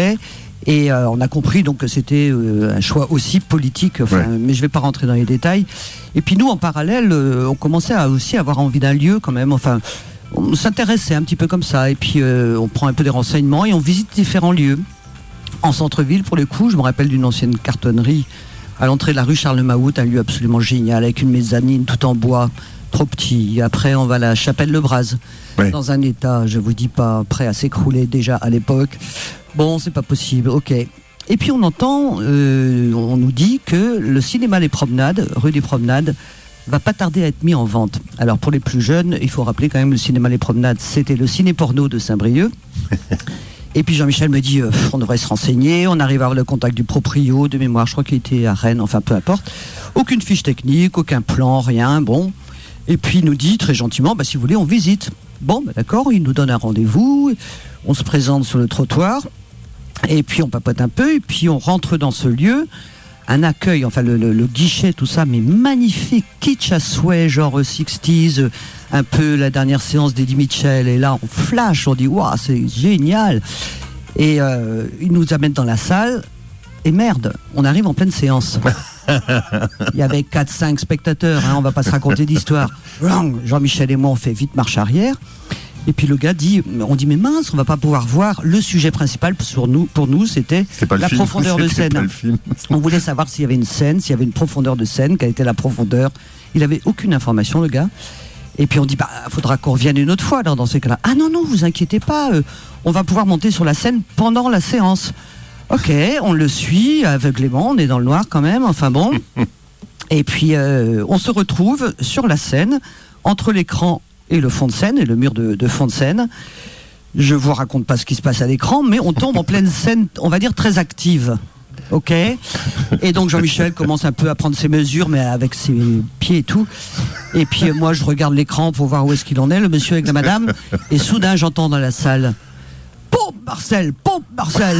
Et euh, on a compris donc que c'était euh, un choix aussi politique, enfin, ouais. mais je ne vais pas rentrer dans les détails. Et puis nous, en parallèle, euh, on commençait à aussi avoir envie d'un lieu quand même. Enfin, on s'intéressait un petit peu comme ça. Et puis euh, on prend un peu des renseignements et on visite différents lieux. En centre-ville, pour le coup, je me rappelle d'une ancienne cartonnerie à l'entrée de la rue Charles-Mahout, un lieu absolument génial avec une mezzanine tout en bois, trop petit. Après, on va à la Chapelle-le-Braz, ouais. dans un état, je vous dis pas, prêt à s'écrouler déjà à l'époque. Bon, c'est pas possible, ok. Et puis on entend, euh, on nous dit que le cinéma Les Promenades, rue des Promenades, va pas tarder à être mis en vente. Alors pour les plus jeunes, il faut rappeler quand même le cinéma Les Promenades, c'était le ciné-porno de Saint-Brieuc. Et puis Jean-Michel me dit, euh, on devrait se renseigner, on arrive à avoir le contact du proprio, de mémoire, je crois qu'il était à Rennes, enfin peu importe. Aucune fiche technique, aucun plan, rien, bon. Et puis il nous dit très gentiment, bah, si vous voulez, on visite. Bon, bah, d'accord, il nous donne un rendez-vous, on se présente sur le trottoir. Et puis on papote un peu, et puis on rentre dans ce lieu, un accueil, enfin le, le, le guichet, tout ça, mais magnifique, kitsch à souhait, genre sixties, un peu la dernière séance d'Eddie Mitchell, et là on flash, on dit waouh, c'est génial. Et euh, ils nous amènent dans la salle, et merde, on arrive en pleine séance. Il y avait quatre cinq spectateurs, hein, on va pas se raconter d'histoire. Jean-Michel et moi on fait vite marche arrière. Et puis le gars dit, on dit mais mince, on va pas pouvoir voir le sujet principal pour nous. Pour nous, c'était la film. profondeur de scène. Pas le film. On voulait savoir s'il y avait une scène, s'il y avait une profondeur de scène, quelle était la profondeur. Il avait aucune information, le gars. Et puis on dit, bah, faudra qu'on revienne une autre fois alors, dans ces cas-là. Ah non, non, vous inquiétez pas, euh, on va pouvoir monter sur la scène pendant la séance. Ok, on le suit aveuglément, on est dans le noir quand même, enfin bon. Et puis euh, on se retrouve sur la scène, entre l'écran et le fond de scène, et le mur de, de fond de scène. Je vous raconte pas ce qui se passe à l'écran, mais on tombe en pleine scène, on va dire très active. Ok. Et donc Jean-Michel commence un peu à prendre ses mesures, mais avec ses pieds et tout. Et puis euh, moi, je regarde l'écran pour voir où est-ce qu'il en est, le monsieur avec la madame. Et soudain, j'entends dans la salle, pompe Marcel, pompe Marcel.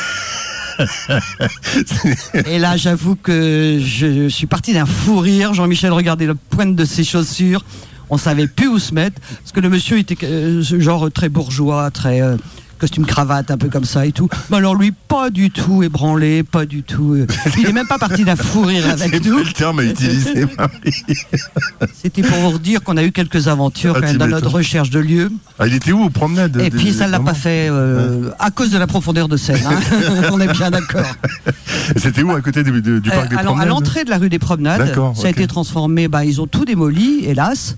Et là, j'avoue que je suis parti d'un fou rire. Jean-Michel regardait la pointe de ses chaussures. On savait plus où se mettre parce que le monsieur était euh, ce genre très bourgeois, très euh, costume cravate, un peu comme ça et tout. Mais alors lui, pas du tout ébranlé, pas du tout. Euh, il est même pas parti d'un fou rire avec c'est nous. Le terme à utiliser, Marie. C'était pour vous dire qu'on a eu quelques aventures Ah, quand même dans notre recherche de lieu. Ah, il était où aux promenades? Et de, puis de, ça l'a vraiment pas fait euh, à cause de la profondeur de scène. Hein. On est bien d'accord. C'était où à côté du, du, du Euh, parc des alors, promenades? à l'entrée de la rue des Promenades, D'accord, ça a ok. été transformé. Bah, ils ont tout démoli, hélas.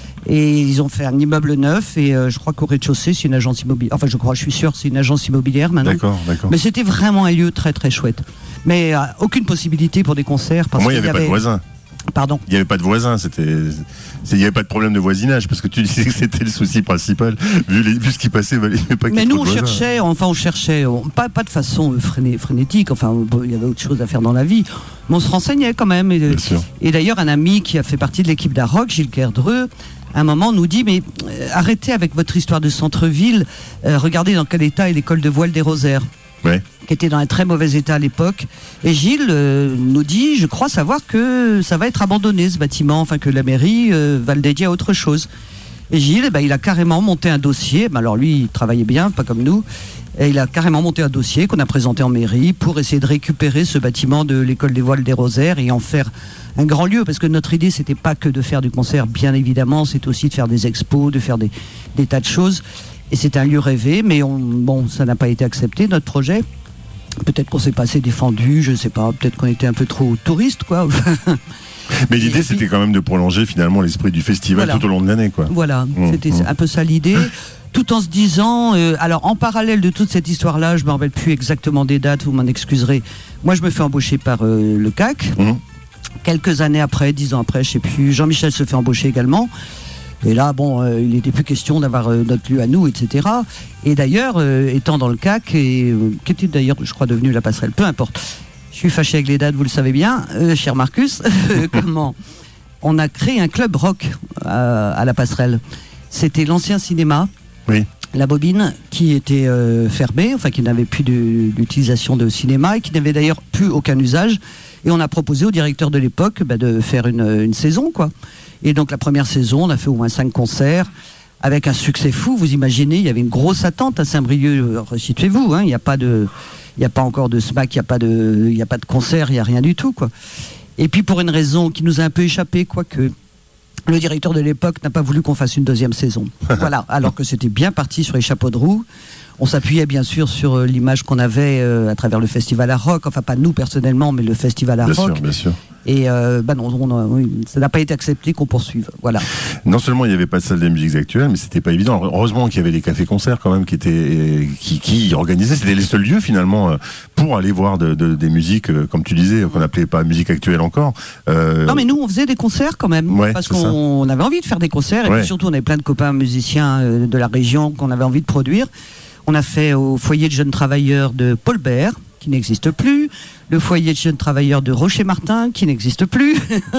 Et ils ont fait un immeuble neuf. Et euh, je crois qu'au rez-de-chaussée, c'est une agence immobilière. Enfin, je crois, je suis sûr, c'est une agence immobilière maintenant. D'accord, d'accord. Mais c'était vraiment un lieu très très chouette. Mais euh, aucune possibilité pour des concerts. Parce Moi, il n'y qu'il avait pas de voisins. Pardon. Il n'y avait pas de voisins, c'était, c'est- il n'y avait pas de problème de voisinage, parce que tu disais que c'était le souci principal, vu, les, vu ce qui passait, il n'y avait pas qu'il y ait Mais nous, trop on de voisins. cherchait, enfin, on cherchait, on- pas, pas de façon fréné- frénétique, enfin, bon, il y avait autre chose à faire dans la vie, mais on se renseignait quand même. Et, Bien sûr. et d'ailleurs, un ami qui a fait partie de l'équipe d'Aroc, Gilles Kerdreux, à un moment nous dit, mais euh, arrêtez avec votre histoire de centre-ville, euh, regardez dans quel état est l'école de voile des Rosaires. Ouais. Qui était dans un très mauvais état à l'époque. Et Gilles euh, nous dit, je crois savoir que ça va être abandonné ce bâtiment, enfin que la mairie euh, va le dédier à autre chose. Et Gilles, eh ben, il a carrément monté un dossier, ben, alors lui il travaillait bien, pas comme nous, et il a carrément monté un dossier qu'on a présenté en mairie pour essayer de récupérer ce bâtiment de l'école des voiles des Rosaires et en faire un grand lieu, parce que notre idée c'était pas que de faire du concert, bien évidemment, c'est aussi de faire des expos, de faire des, des tas de choses. Et c'est un lieu rêvé, mais on, bon, ça n'a pas été accepté, notre projet. Peut-être qu'on s'est pas assez défendu, je ne sais pas, peut-être qu'on était un peu trop touriste, quoi. Mais l'idée, Et c'était puis- quand même de prolonger finalement l'esprit du festival Voilà. tout au long de l'année, quoi. Voilà, Mmh, c'était mmh. un peu ça l'idée. Tout en se disant, euh, alors en parallèle de toute cette histoire-là, je ne me rappelle plus exactement des dates, vous m'en excuserez. Moi, je me fais embaucher par euh, le C A C. Mmh. Quelques années après, dix ans après, je ne sais plus, Jean-Michel se fait embaucher également. Et là, bon, euh, il n'était plus question d'avoir euh, notre lieu à nous, et cetera. Et d'ailleurs, euh, étant dans le C A C, et, euh, qui était d'ailleurs, je crois, devenu la passerelle, peu importe. Je suis fâché avec les dates, vous le savez bien, euh, cher Marcus. Comment on a créé un club rock à, à la passerelle. C'était l'ancien cinéma. Oui. La Bobine, qui était euh, fermée, enfin qui n'avait plus de- d'utilisation de cinéma et qui n'avait d'ailleurs plus aucun usage. Et on a proposé au directeur de l'époque bah, de faire une, une saison, quoi. Et donc la première saison, on a fait au moins cinq concerts avec un succès fou. Vous imaginez, il y avait une grosse attente à Saint-Brieuc. Resituez-vous, hein, il n'y a pas de, il n'y a pas encore de smack, il n'y a pas de, il n'y a pas de concert, il n'y a rien du tout, quoi. Et puis pour une raison qui nous a un peu échappé, quoique le directeur de l'époque n'a pas voulu qu'on fasse une deuxième saison. Voilà, alors que c'était bien parti sur les chapeaux de roue. On s'appuyait bien sûr sur euh, l'image qu'on avait euh, à travers le festival à rock, enfin pas nous personnellement, mais le festival à Bien rock. sûr, bien sûr. Et euh, bah non, on a- oui, ça n'a pas été accepté qu'on poursuive. Voilà. Non seulement il n'y avait pas de salle des musiques actuelles, mais c'était pas évident. Heureusement qu'il y avait les cafés-concerts quand même qui étaient, qui, qui organisaient. C'était les seuls lieux finalement euh, pour aller voir de, de- des musiques, euh, comme tu disais, qu'on n'appelait pas musique actuelle encore. Euh, Non mais nous on faisait des concerts quand même, Ouais, parce c'est ça. qu'on avait envie de faire des concerts, et Ouais. puis surtout on avait plein de copains musiciens euh, de la région qu'on avait envie de produire. On a fait au foyer de jeunes travailleurs de Paul Bert, qui n'existe plus, le foyer de jeunes travailleurs de Rocher-Martin, qui n'existe plus.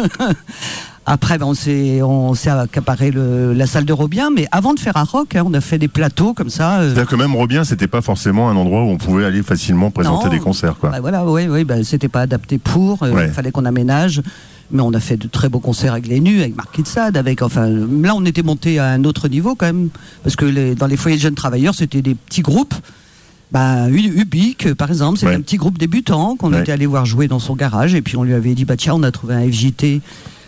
Après, ben, on s'est on s'est accaparé le- la salle de Robien, mais avant de faire un rock, hein, on a fait des plateaux comme ça. euh, C'est-à-dire que même Robien, c'était pas forcément un endroit où on pouvait aller facilement présenter Non. des concerts, quoi. Bah voilà, oui, oui, bah, c'était pas adapté pour. Il Ouais. fallait qu'on aménage. Mais on a fait de très beaux concerts avec les Nus, avec Marc Kitzad, avec, enfin, là on était monté à un autre niveau quand même, parce que les- dans les foyers de jeunes travailleurs, c'était des petits groupes. Bah, U- Ubique, par exemple, c'était Ouais. un petit groupe débutant qu'on Ouais. était allé voir jouer dans son garage, et puis on lui avait dit, bah tiens, on a trouvé un F J T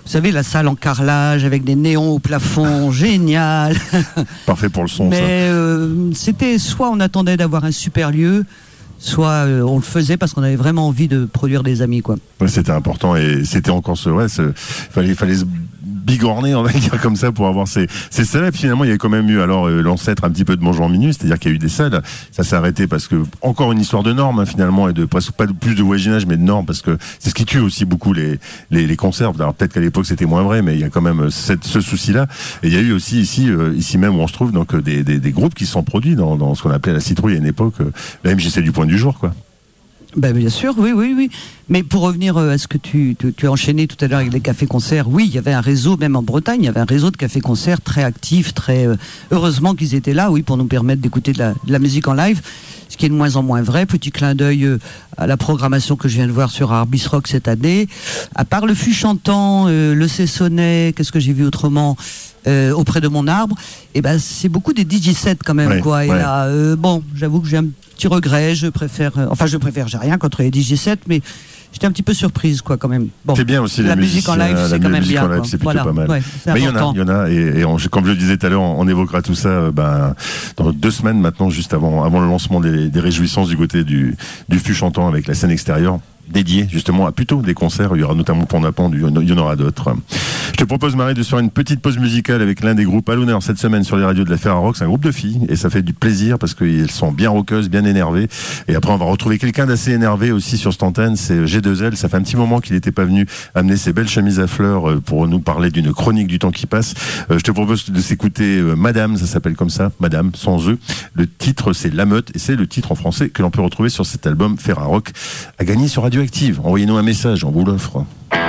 Vous savez, la salle en carrelage avec des néons au plafond, génial. Parfait pour le son, Mais ça. euh, c'était soit on attendait d'avoir un super lieu, soit euh, on le faisait parce qu'on avait vraiment envie de produire des amis, quoi. Ouais, c'était important et c'était encore ce, ouais, il fallait, fallait se bigorner, on va dire comme ça, pour avoir ces, ces salles. Et finalement, il y a quand même eu alors euh, l'ancêtre un petit peu de Bonjour Minuit, c'est-à-dire qu'il y a eu des salles. Ça s'est arrêté parce que encore une histoire de normes hein, finalement, et de presque pas de, plus de voisinage, mais de normes, parce que c'est ce qui tue aussi beaucoup les les, les concerts. Alors peut-être qu'à l'époque c'était moins vrai, mais il y a quand même cette, ce souci-là. Et il y a eu aussi ici, euh, ici même où on se trouve, donc des, des, des groupes qui se sont produits dans, dans ce qu'on appelait la citrouille à une époque. Euh, la M J C du point du jour, quoi. Ben, bien sûr, oui, oui, oui. Mais pour revenir à ce que tu, tu, tu as enchaîné tout à l'heure avec les cafés-concerts, oui, il y avait un réseau, même en Bretagne, il y avait un réseau de cafés-concerts très actif, très euh, heureusement qu'ils étaient là, oui, pour nous permettre d'écouter de la, de la musique en live, ce qui est de moins en moins vrai. Petit clin d'œil euh, à la programmation que je viens de voir sur Arbis Rock cette année. À part le fût chantant, euh, le Cessonnet, qu'est-ce que j'ai vu autrement euh, auprès de mon arbre, et ben c'est beaucoup des D J sets quand même, ouais, quoi. Et ouais. là, euh, bon, j'avoue que j'ai un petit regret, je préfère, euh, enfin je préfère, j'ai rien contre les D J sets, mais j'étais un petit peu surprise, quoi, quand même. Bon, c'est bien aussi la la musique en live, c'est quand même bien. Live, c'est plutôt voilà. pas mal. Ouais, mais il y en a, il y en a, et, et on, comme je le disais tout à l'heure, on, on évoquera tout ça euh, ben, dans deux semaines maintenant, juste avant, avant le lancement des, des réjouissances du côté du, du fût chantant avec la scène extérieure, dédiée justement à plutôt des concerts. Il y aura notamment pour Napan, il y en aura d'autres. Je te propose, Marie, de se faire une petite pause musicale avec l'un des groupes à l'honneur cette semaine sur les radios de la Ferrarock. C'est un groupe de filles et ça fait du plaisir parce qu'elles sont bien rockeuses, bien énervées. Et après, on va retrouver quelqu'un d'assez énervé aussi sur cette antenne, c'est G deux L. Ça fait un petit moment qu'il n'était pas venu amener ses belles chemises à fleurs pour nous parler d'une chronique du temps qui passe. Je te propose de s'écouter Madame, ça s'appelle comme ça, Madame, sans E. Le titre, c'est La Meute et c'est le titre en français que l'on peut retrouver sur cet album Ferrarock à gagner sur Radioactive. Envoyez-nous un message, on vous l'offre.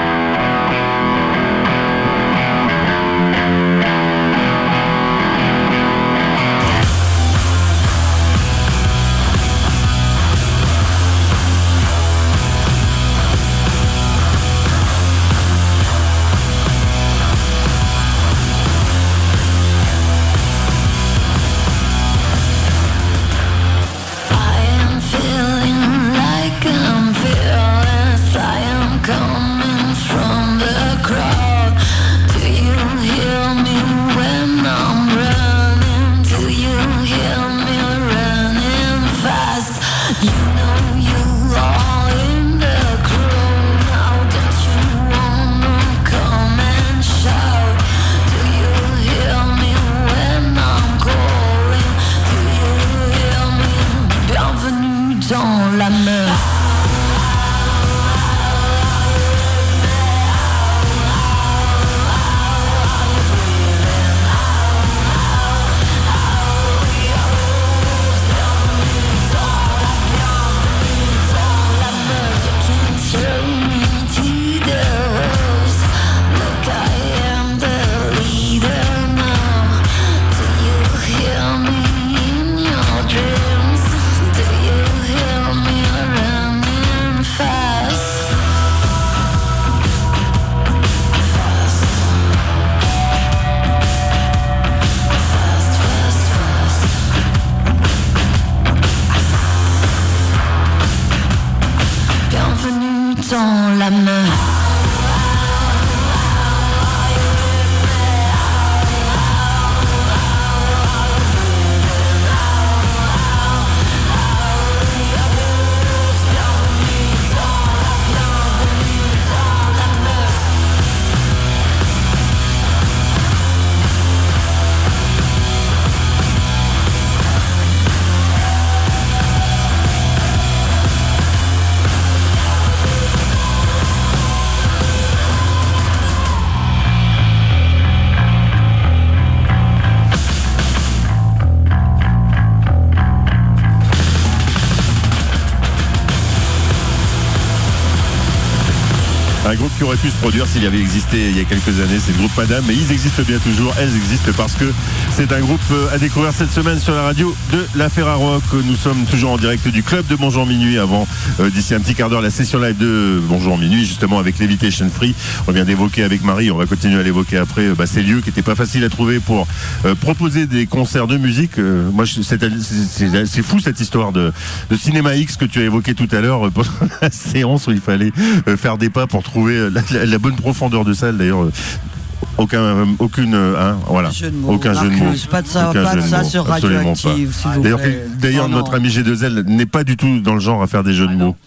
Un groupe qui aurait pu se produire s'il y avait existé il y a quelques années, c'est le groupe Madame, mais ils existent bien toujours, elles existent parce que C'est un groupe à découvrir cette semaine sur la radio de la Ferrarock. Nous sommes toujours en direct du club de Bonjour Minuit avant euh, d'ici un petit quart d'heure la session live de Bonjour Minuit, justement avec Levitation Free. On vient d'évoquer avec Marie, on va continuer à l'évoquer après, euh, bah, ces lieux qui n'étaient pas faciles à trouver pour euh, proposer des concerts de musique. Euh, moi, je, c'est, c'est, c'est fou cette histoire de, de Cinéma X que tu as évoqué tout à l'heure euh, pendant la séance où il fallait euh, faire des pas pour trouver la, la, la bonne profondeur de salle. D'ailleurs, euh, Aucun, aucune, hein, voilà, jeu de mots, aucun Marcus, jeu de mots. Pas de ça, pas de ça sur Radioactive. D'ailleurs, d'ailleurs oh, notre ami G deux L n'est pas du tout dans le genre à faire des jeux de mots.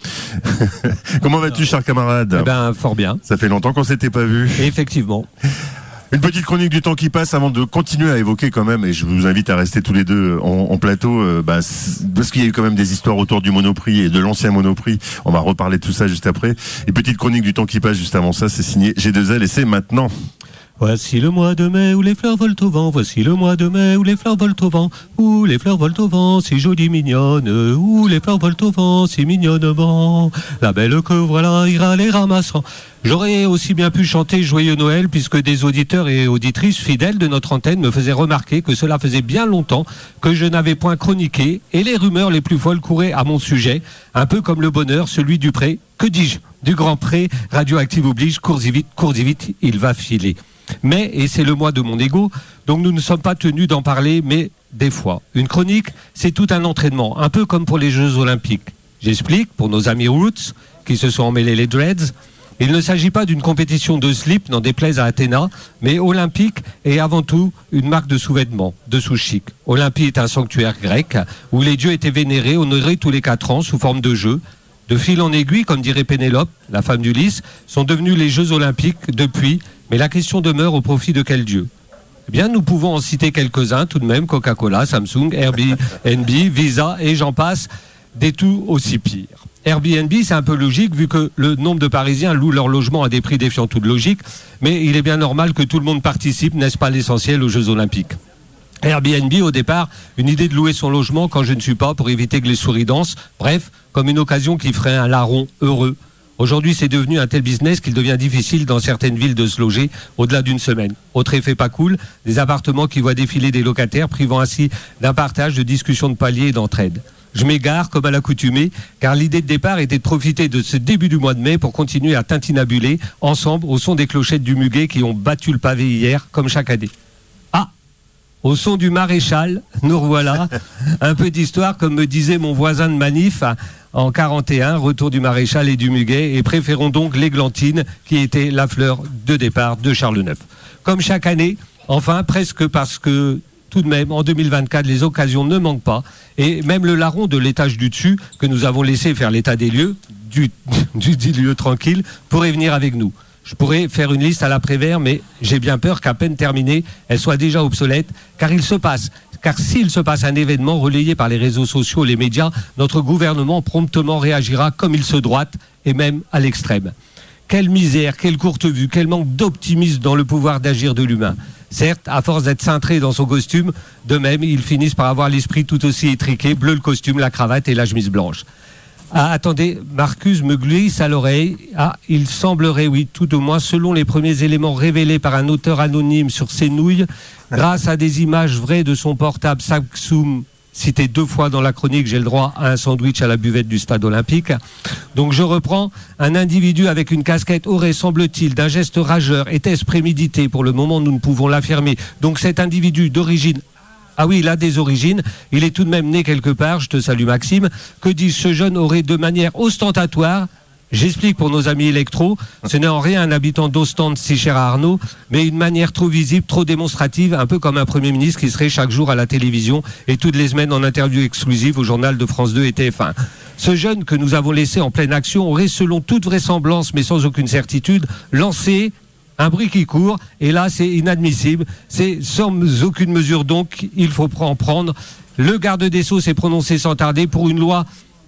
Comment vas-tu, cher camarade ? Eh ben, fort bien. Ça fait longtemps qu'on s'était pas vu. Effectivement. Une petite chronique du temps qui passe avant de continuer à évoquer quand même, et je vous invite à rester tous les deux en, en plateau, euh, bah, parce qu'il y a eu quand même des histoires autour du Monoprix et de l'ancien Monoprix. On va reparler de tout ça juste après. Et petite chronique du temps qui passe juste avant ça, c'est signé G deux L et c'est maintenant. Voici le mois de mai où les fleurs volent au vent, voici le mois de mai où les fleurs volent au vent, où les fleurs volent au vent, si jolies mignonnes, où les fleurs volent au vent, si mignonnement, la belle que voilà ira les ramassant. J'aurais aussi bien pu chanter Joyeux Noël puisque des auditeurs et auditrices fidèles de notre antenne me faisaient remarquer que cela faisait bien longtemps que je n'avais point chroniqué et les rumeurs les plus folles couraient à mon sujet, un peu comme le bonheur, celui du pré, que dis-je, du grand pré, Radioactive oblige, cours-y vite, cours-y vite, il va filer. Mais, et c'est le mois de mon ego, donc nous ne sommes pas tenus d'en parler, mais des fois. Une chronique, c'est tout un entraînement, un peu comme pour les Jeux Olympiques. J'explique, pour nos amis Roots, qui se sont emmêlés les dreads, il ne s'agit pas d'une compétition de slip, n'en déplaise à Athéna, mais olympique est avant tout une marque de sous-vêtements, de sous-chic. Olympie est un sanctuaire grec, où les dieux étaient vénérés, honorés tous les quatre ans sous forme de jeux. De fil en aiguille, comme dirait Pénélope, la femme d'Ulysse, sont devenus les Jeux Olympiques depuis, mais la question demeure au profit de quel dieu ? Eh bien, nous pouvons en citer quelques-uns tout de même, Coca-Cola, Samsung, Airbnb, Visa et j'en passe, des tout aussi pires. Airbnb, c'est un peu logique vu que le nombre de Parisiens louent leur logement à des prix défiant toute logique, mais il est bien normal que tout le monde participe, n'est-ce pas l'essentiel, aux Jeux Olympiques ? Airbnb, au départ, une idée de louer son logement quand je ne suis pas pour éviter que les souris dansent, bref, comme une occasion qui ferait un larron heureux. Aujourd'hui, c'est devenu un tel business qu'il devient difficile dans certaines villes de se loger au-delà d'une semaine. Autre effet pas cool, des appartements qui voient défiler des locataires, privant ainsi d'un partage, de discussions de paliers et d'entraide. Je m'égare comme à l'accoutumée, car l'idée de départ était de profiter de ce début du mois de mai pour continuer à tintinabuler ensemble au son des clochettes du Muguet qui ont battu le pavé hier, comme chaque année. Ah, au son du Maréchal, nous revoilà. Un peu d'histoire, comme me disait mon voisin de Manif en quarante et un, retour du Maréchal et du Muguet, et préférons donc l'églantine qui était la fleur de départ de Charles neuf. Comme chaque année, enfin presque parce que tout de même, en deux mille vingt-quatre, les occasions ne manquent pas, et même le larron de l'étage du dessus, que nous avons laissé faire l'état des lieux, du, du dit lieu tranquille, pourrait venir avec nous. Je pourrais faire une liste à l'après-vert, mais j'ai bien peur qu'à peine terminée, elle soit déjà obsolète, car il se passe, car s'il se passe un événement relayé par les réseaux sociaux et les médias, notre gouvernement promptement réagira comme il se droite, et même à l'extrême. Quelle misère, quelle courte vue, quel manque d'optimisme dans le pouvoir d'agir de l'humain. Certes, à force d'être cintré dans son costume, de même, ils finissent par avoir l'esprit tout aussi étriqué, bleu le costume, la cravate et la chemise blanche. Ah, attendez, Marcus me glisse à l'oreille. Ah, il semblerait, oui, tout au moins, selon les premiers éléments révélés par un auteur anonyme sur ses nouilles, grâce à des images vraies de son portable Samsung, cité deux fois dans la chronique, j'ai le droit à un sandwich à la buvette du stade olympique. Donc je reprends, un individu avec une casquette aurait, semble-t-il, d'un geste rageur. Était-ce prémédité ? Pour le moment, nous ne pouvons l'affirmer. Donc cet individu d'origine... Ah oui, il a des origines, il est tout de même né quelque part, je te salue Maxime, que dit ce jeune aurait de manière ostentatoire, j'explique pour nos amis électro, ce n'est en rien un habitant d'Ostende si cher à Arnaud, mais une manière trop visible, trop démonstrative, un peu comme un Premier ministre qui serait chaque jour à la télévision et toutes les semaines en interview exclusive au journal de France deux et T F un. Ce jeune que nous avons laissé en pleine action aurait, selon toute vraisemblance, mais sans aucune certitude, lancé... un bruit qui court, et là c'est inadmissible, c'est sans aucune mesure donc, il faut en prendre. Le garde des Sceaux s'est prononcé sans tarder pour une loi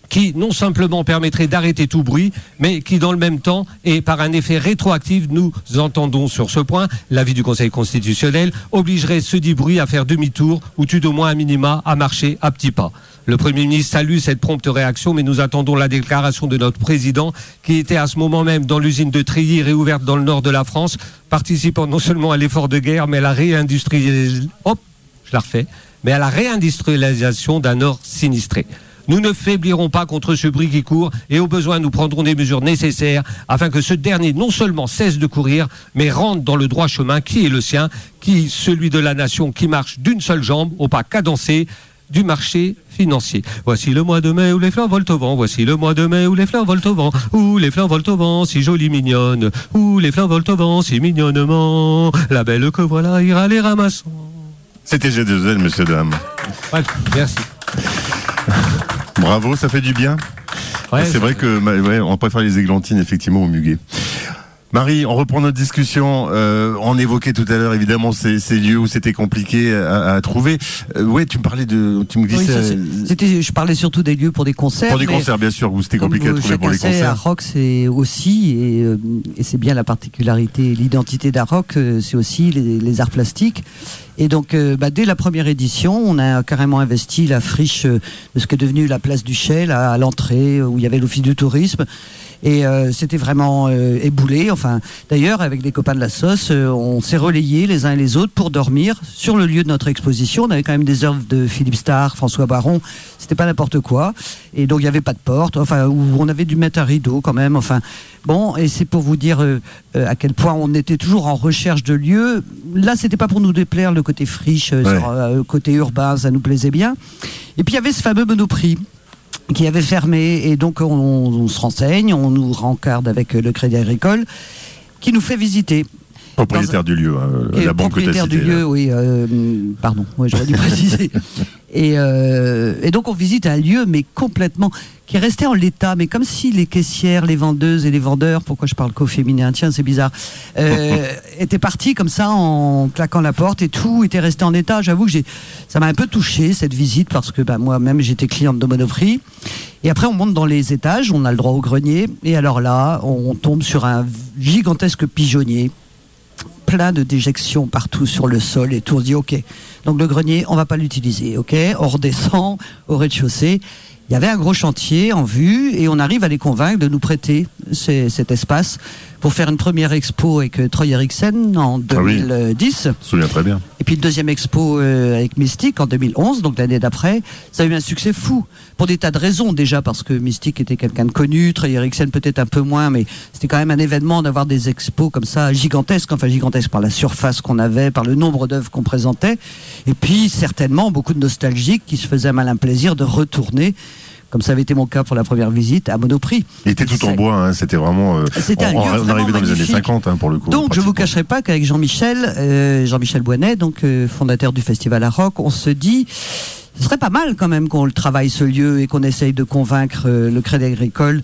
qui non simplement permettrait d'arrêter tout bruit, mais qui dans le même temps, et par un effet rétroactif, nous entendons sur ce point, l'avis du Conseil constitutionnel, obligerait ce dit bruit à faire demi-tour, ou tout au moins à minima, à marcher à petits pas. Le Premier ministre salue cette prompte réaction, mais nous attendons la déclaration de notre président, qui était à ce moment même dans l'usine de Trilly, réouverte dans le nord de la France, participant non seulement à l'effort de guerre, mais à la réindustrialisation, hop, je la refais, mais à la réindustrialisation d'un nord sinistré. Nous ne faiblirons pas contre ce bruit qui court et au besoin nous prendrons des mesures nécessaires afin que ce dernier non seulement cesse de courir, mais rentre dans le droit chemin qui est le sien, qui celui de la nation qui marche d'une seule jambe au pas cadencé du marché financier. Voici le mois de mai où les fleurs volent au vent, voici le mois de mai où les fleurs volent au vent, où les fleurs volent au vent, si jolies mignonnes, où les fleurs volent au vent, si mignonnement, la belle que voilà ira les ramassant. C'était G deux L, monsieur, dame. Ouais, merci. Bravo, ça fait du bien. Ouais, c'est vrai que ouais, on préfère les églantines effectivement au muguet. Marie, on reprend notre discussion. Euh, on évoquait tout à l'heure évidemment ces, ces lieux où c'était compliqué à, à trouver. Euh, ouais, tu me parlais de, tu me disais. Oui, c'était, je parlais surtout des lieux pour des concerts. Pour des concerts, bien sûr, où c'était compliqué à trouver pour les concerts. À Rock, c'est aussi, et, euh, et c'est bien la particularité, l'identité d'Aroc, euh, c'est aussi les, les arts plastiques. Et donc, euh, bah, dès la première édition, on a carrément investi la friche euh, de ce qui est devenu la place du Chêne à, à l'entrée, où il y avait l'office du tourisme. Et euh, c'était vraiment euh, éboulé. Enfin, d'ailleurs, avec les copains de la sauce, euh, on s'est relayés les uns et les autres pour dormir sur le lieu de notre exposition. On avait quand même des œuvres de Philippe Starr, François Baron. C'était pas n'importe quoi. Et donc, il y avait pas de porte. Enfin, où on avait dû mettre un rideau quand même. Enfin, bon. Et c'est pour vous dire euh, euh, à quel point on était toujours en recherche de lieux. Là, c'était pas pour nous déplaire le côté friche, euh, ouais. sur, euh, côté urbain, ça nous plaisait bien. Et puis, il y avait ce fameux Monoprix qui avait fermé, et donc on, on se renseigne, on nous rencarde avec le Crédit Agricole, qui nous fait visiter. Propriétaire du lieu, hein, la banque que tu as citée. Propriétaire du lieu, oui, euh, pardon, ouais, j'aurais dû préciser. Et, euh, et donc on visite un lieu, mais complètement, qui est resté en l'état, mais comme si les caissières, les vendeuses et les vendeurs, pourquoi je parle qu'au féminin, tiens, c'est bizarre, euh, étaient partis comme ça en claquant la porte et tout était resté en état. J'avoue que j'ai, ça m'a un peu touché cette visite parce que bah, moi-même j'étais cliente de Monoprix. Et après on monte dans les étages, on a le droit au grenier, et alors là on tombe sur un gigantesque pigeonnier, plein de déjections partout sur le sol et tout. On se dit ok, donc le grenier on va pas l'utiliser, ok, on redescend au rez-de-chaussée. Il y avait un gros chantier en vue et on arrive à les convaincre de nous prêter ces, cet espace pour faire une première expo avec euh, Troy Eriksen en deux mille dix. Ah oui, je me souviens très bien. Et puis une deuxième expo euh, avec Mystique en deux mille onze, donc l'année d'après. Ça a eu un succès fou pour des tas de raisons. Déjà parce que Mystique était quelqu'un de connu, Troy Eriksen peut-être un peu moins, mais c'était quand même un événement d'avoir des expos comme ça gigantesques, enfin gigantesques par la surface qu'on avait, par le nombre d'œuvres qu'on présentait. Et puis certainement beaucoup de nostalgiques qui se faisaient un malin plaisir de retourner, comme ça avait été mon cas pour la première visite, à Monoprix. Il était tout en bois, hein, c'était vraiment... Euh, c'était on, un lieu on arrivait dans magnifique. Les années cinquante hein, pour le coup. Donc je ne vous cacherai pas qu'avec Jean-Michel, euh, Jean-Michel Boinet, donc euh, fondateur du Festival à Rock, on se dit... Ce serait pas mal quand même qu'on le travaille ce lieu et qu'on essaye de convaincre euh, le Crédit Agricole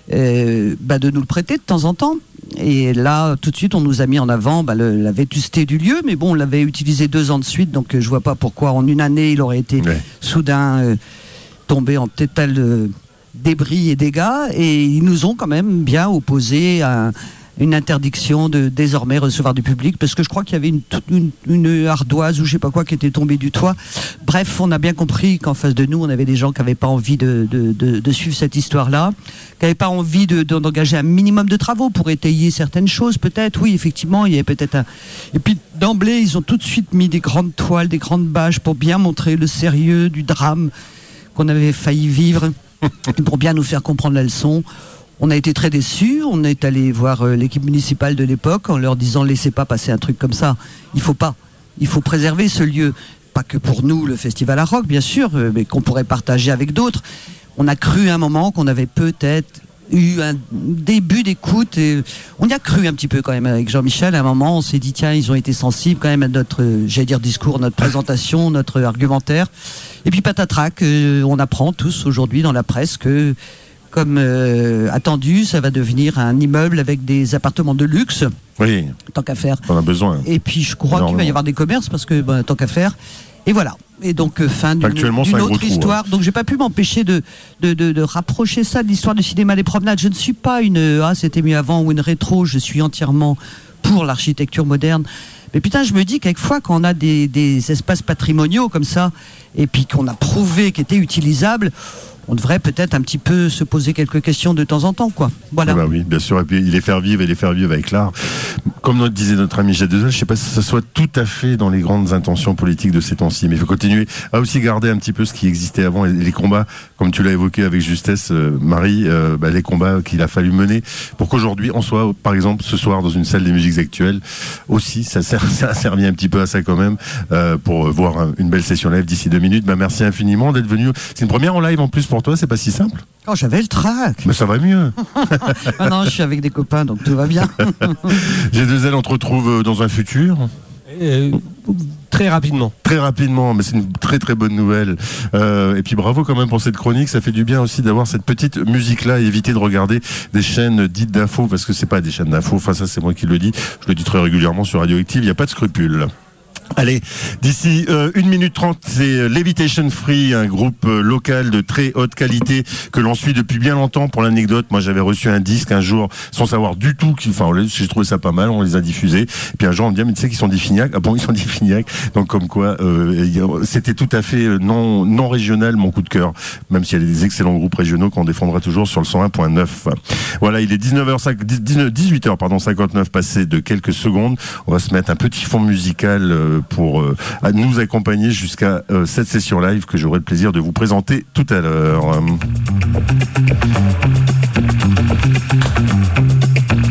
euh, bah, de nous le prêter de temps en temps. Et là, tout de suite, on nous a mis en avant bah, le, la vétusté du lieu, mais bon, on l'avait utilisé deux ans de suite, donc euh, je vois pas pourquoi en une année il aurait été ouais. soudain euh, tombé en total euh, débris et dégâts. Et ils nous ont quand même bien opposé à une interdiction de désormais recevoir du public, parce que je crois qu'il y avait une, une, une ardoise ou je sais pas quoi qui était tombée du toit. Bref, on a bien compris qu'en face de nous, on avait des gens qui n'avaient pas envie de, de, de, de suivre cette histoire-là, qui n'avaient pas envie de, de, d'engager un minimum de travaux pour étayer certaines choses, peut-être. Oui, effectivement, il y avait peut-être un... Et puis, d'emblée, ils ont tout de suite mis des grandes toiles, des grandes bâches pour bien montrer le sérieux du drame qu'on avait failli vivre, et pour bien nous faire comprendre la leçon. On a été très déçus, on est allé voir euh, l'équipe municipale de l'époque en leur disant laissez pas passer un truc comme ça, il faut pas, il faut préserver ce lieu, pas que pour nous le Festival à Rock bien sûr, euh, mais qu'on pourrait partager avec d'autres. On a cru un moment qu'on avait peut-être eu un début d'écoute et on y a cru un petit peu quand même avec Jean-Michel. À un moment on s'est dit tiens, ils ont été sensibles quand même à notre, euh, j'allais dire discours, notre présentation, notre argumentaire, et puis patatrac, euh, on apprend tous aujourd'hui dans la presse que comme euh, attendu, ça va devenir un immeuble avec des appartements de luxe. Oui. Tant qu'à faire. On a besoin. Et puis je crois qu'il va y avoir des commerces parce que ben, tant qu'à faire. Et voilà. Et donc, euh, fin d'une, Actuellement, d'une c'est un autre gros trou, histoire. hein. Donc, j'ai pas pu m'empêcher de, de, de, de rapprocher ça de l'histoire du cinéma des promenades. Je ne suis pas une ah c'était mieux avant ou une rétro. Je suis entièrement pour l'architecture moderne. Mais putain, je me dis quelquefois quand on a des, des espaces patrimoniaux comme ça, et puis qu'on a prouvé qu'ils étaient utilisables, on devrait peut-être un petit peu se poser quelques questions de temps en temps, quoi. Voilà. Eh ben oui, bien sûr. Et puis, les faire vivre et les faire vivre avec l'art. Comme notre, disait notre ami Jadezal, je ne sais pas si ça soit tout à fait dans les grandes intentions politiques de ces temps-ci, mais il faut continuer à aussi garder un petit peu ce qui existait avant et les combats, comme tu l'as évoqué avec justesse, euh, Marie, euh, bah, les combats qu'il a fallu mener pour qu'aujourd'hui, on soit, par exemple, ce soir dans une salle des musiques actuelles, aussi, ça, sert, ça a servi un petit peu à ça quand même, euh, pour voir un, une belle session live d'ici deux minutes. Bah, merci infiniment d'être venu. C'est une première en live en plus pour toi, c'est pas si simple. Oh, j'avais le trac. Mais ça va mieux. Ah non, je suis avec des copains, donc tout va bien. G deux L, on te retrouve dans un futur. Euh, très rapidement. Très rapidement, mais c'est une très très bonne nouvelle. Euh, et puis bravo quand même pour cette chronique, ça fait du bien aussi d'avoir cette petite musique-là et éviter de regarder des chaînes dites d'infos, parce que c'est pas des chaînes d'infos, enfin ça c'est moi qui le dis, je le dis très régulièrement sur Radioactive, il n'y a pas de scrupules. Allez, d'ici euh, une minute trente, c'est Levitation Free, un groupe euh, local de très haute qualité que l'on suit depuis bien longtemps. Pour l'anecdote, moi j'avais reçu un disque un jour sans savoir du tout, qui, enfin j'ai trouvé ça pas mal, on les a diffusés. Et puis un jour on me dit ah, mais tu sais qu'ils sont d'Iffignac. Ah bon, ils sont d'Iffignac. Donc comme quoi, euh, c'était tout à fait non non régional mon coup de cœur, même s'il y a des excellents groupes régionaux qu'on défendra toujours sur le cent un point neuf. Voilà, il est dix-neuf heures dix-huit heures pardon cinquante-neuf passé de quelques secondes. On va se mettre un petit fond musical euh, pour euh, nous accompagner jusqu'à euh, cette session live que j'aurai le plaisir de vous présenter tout à l'heure.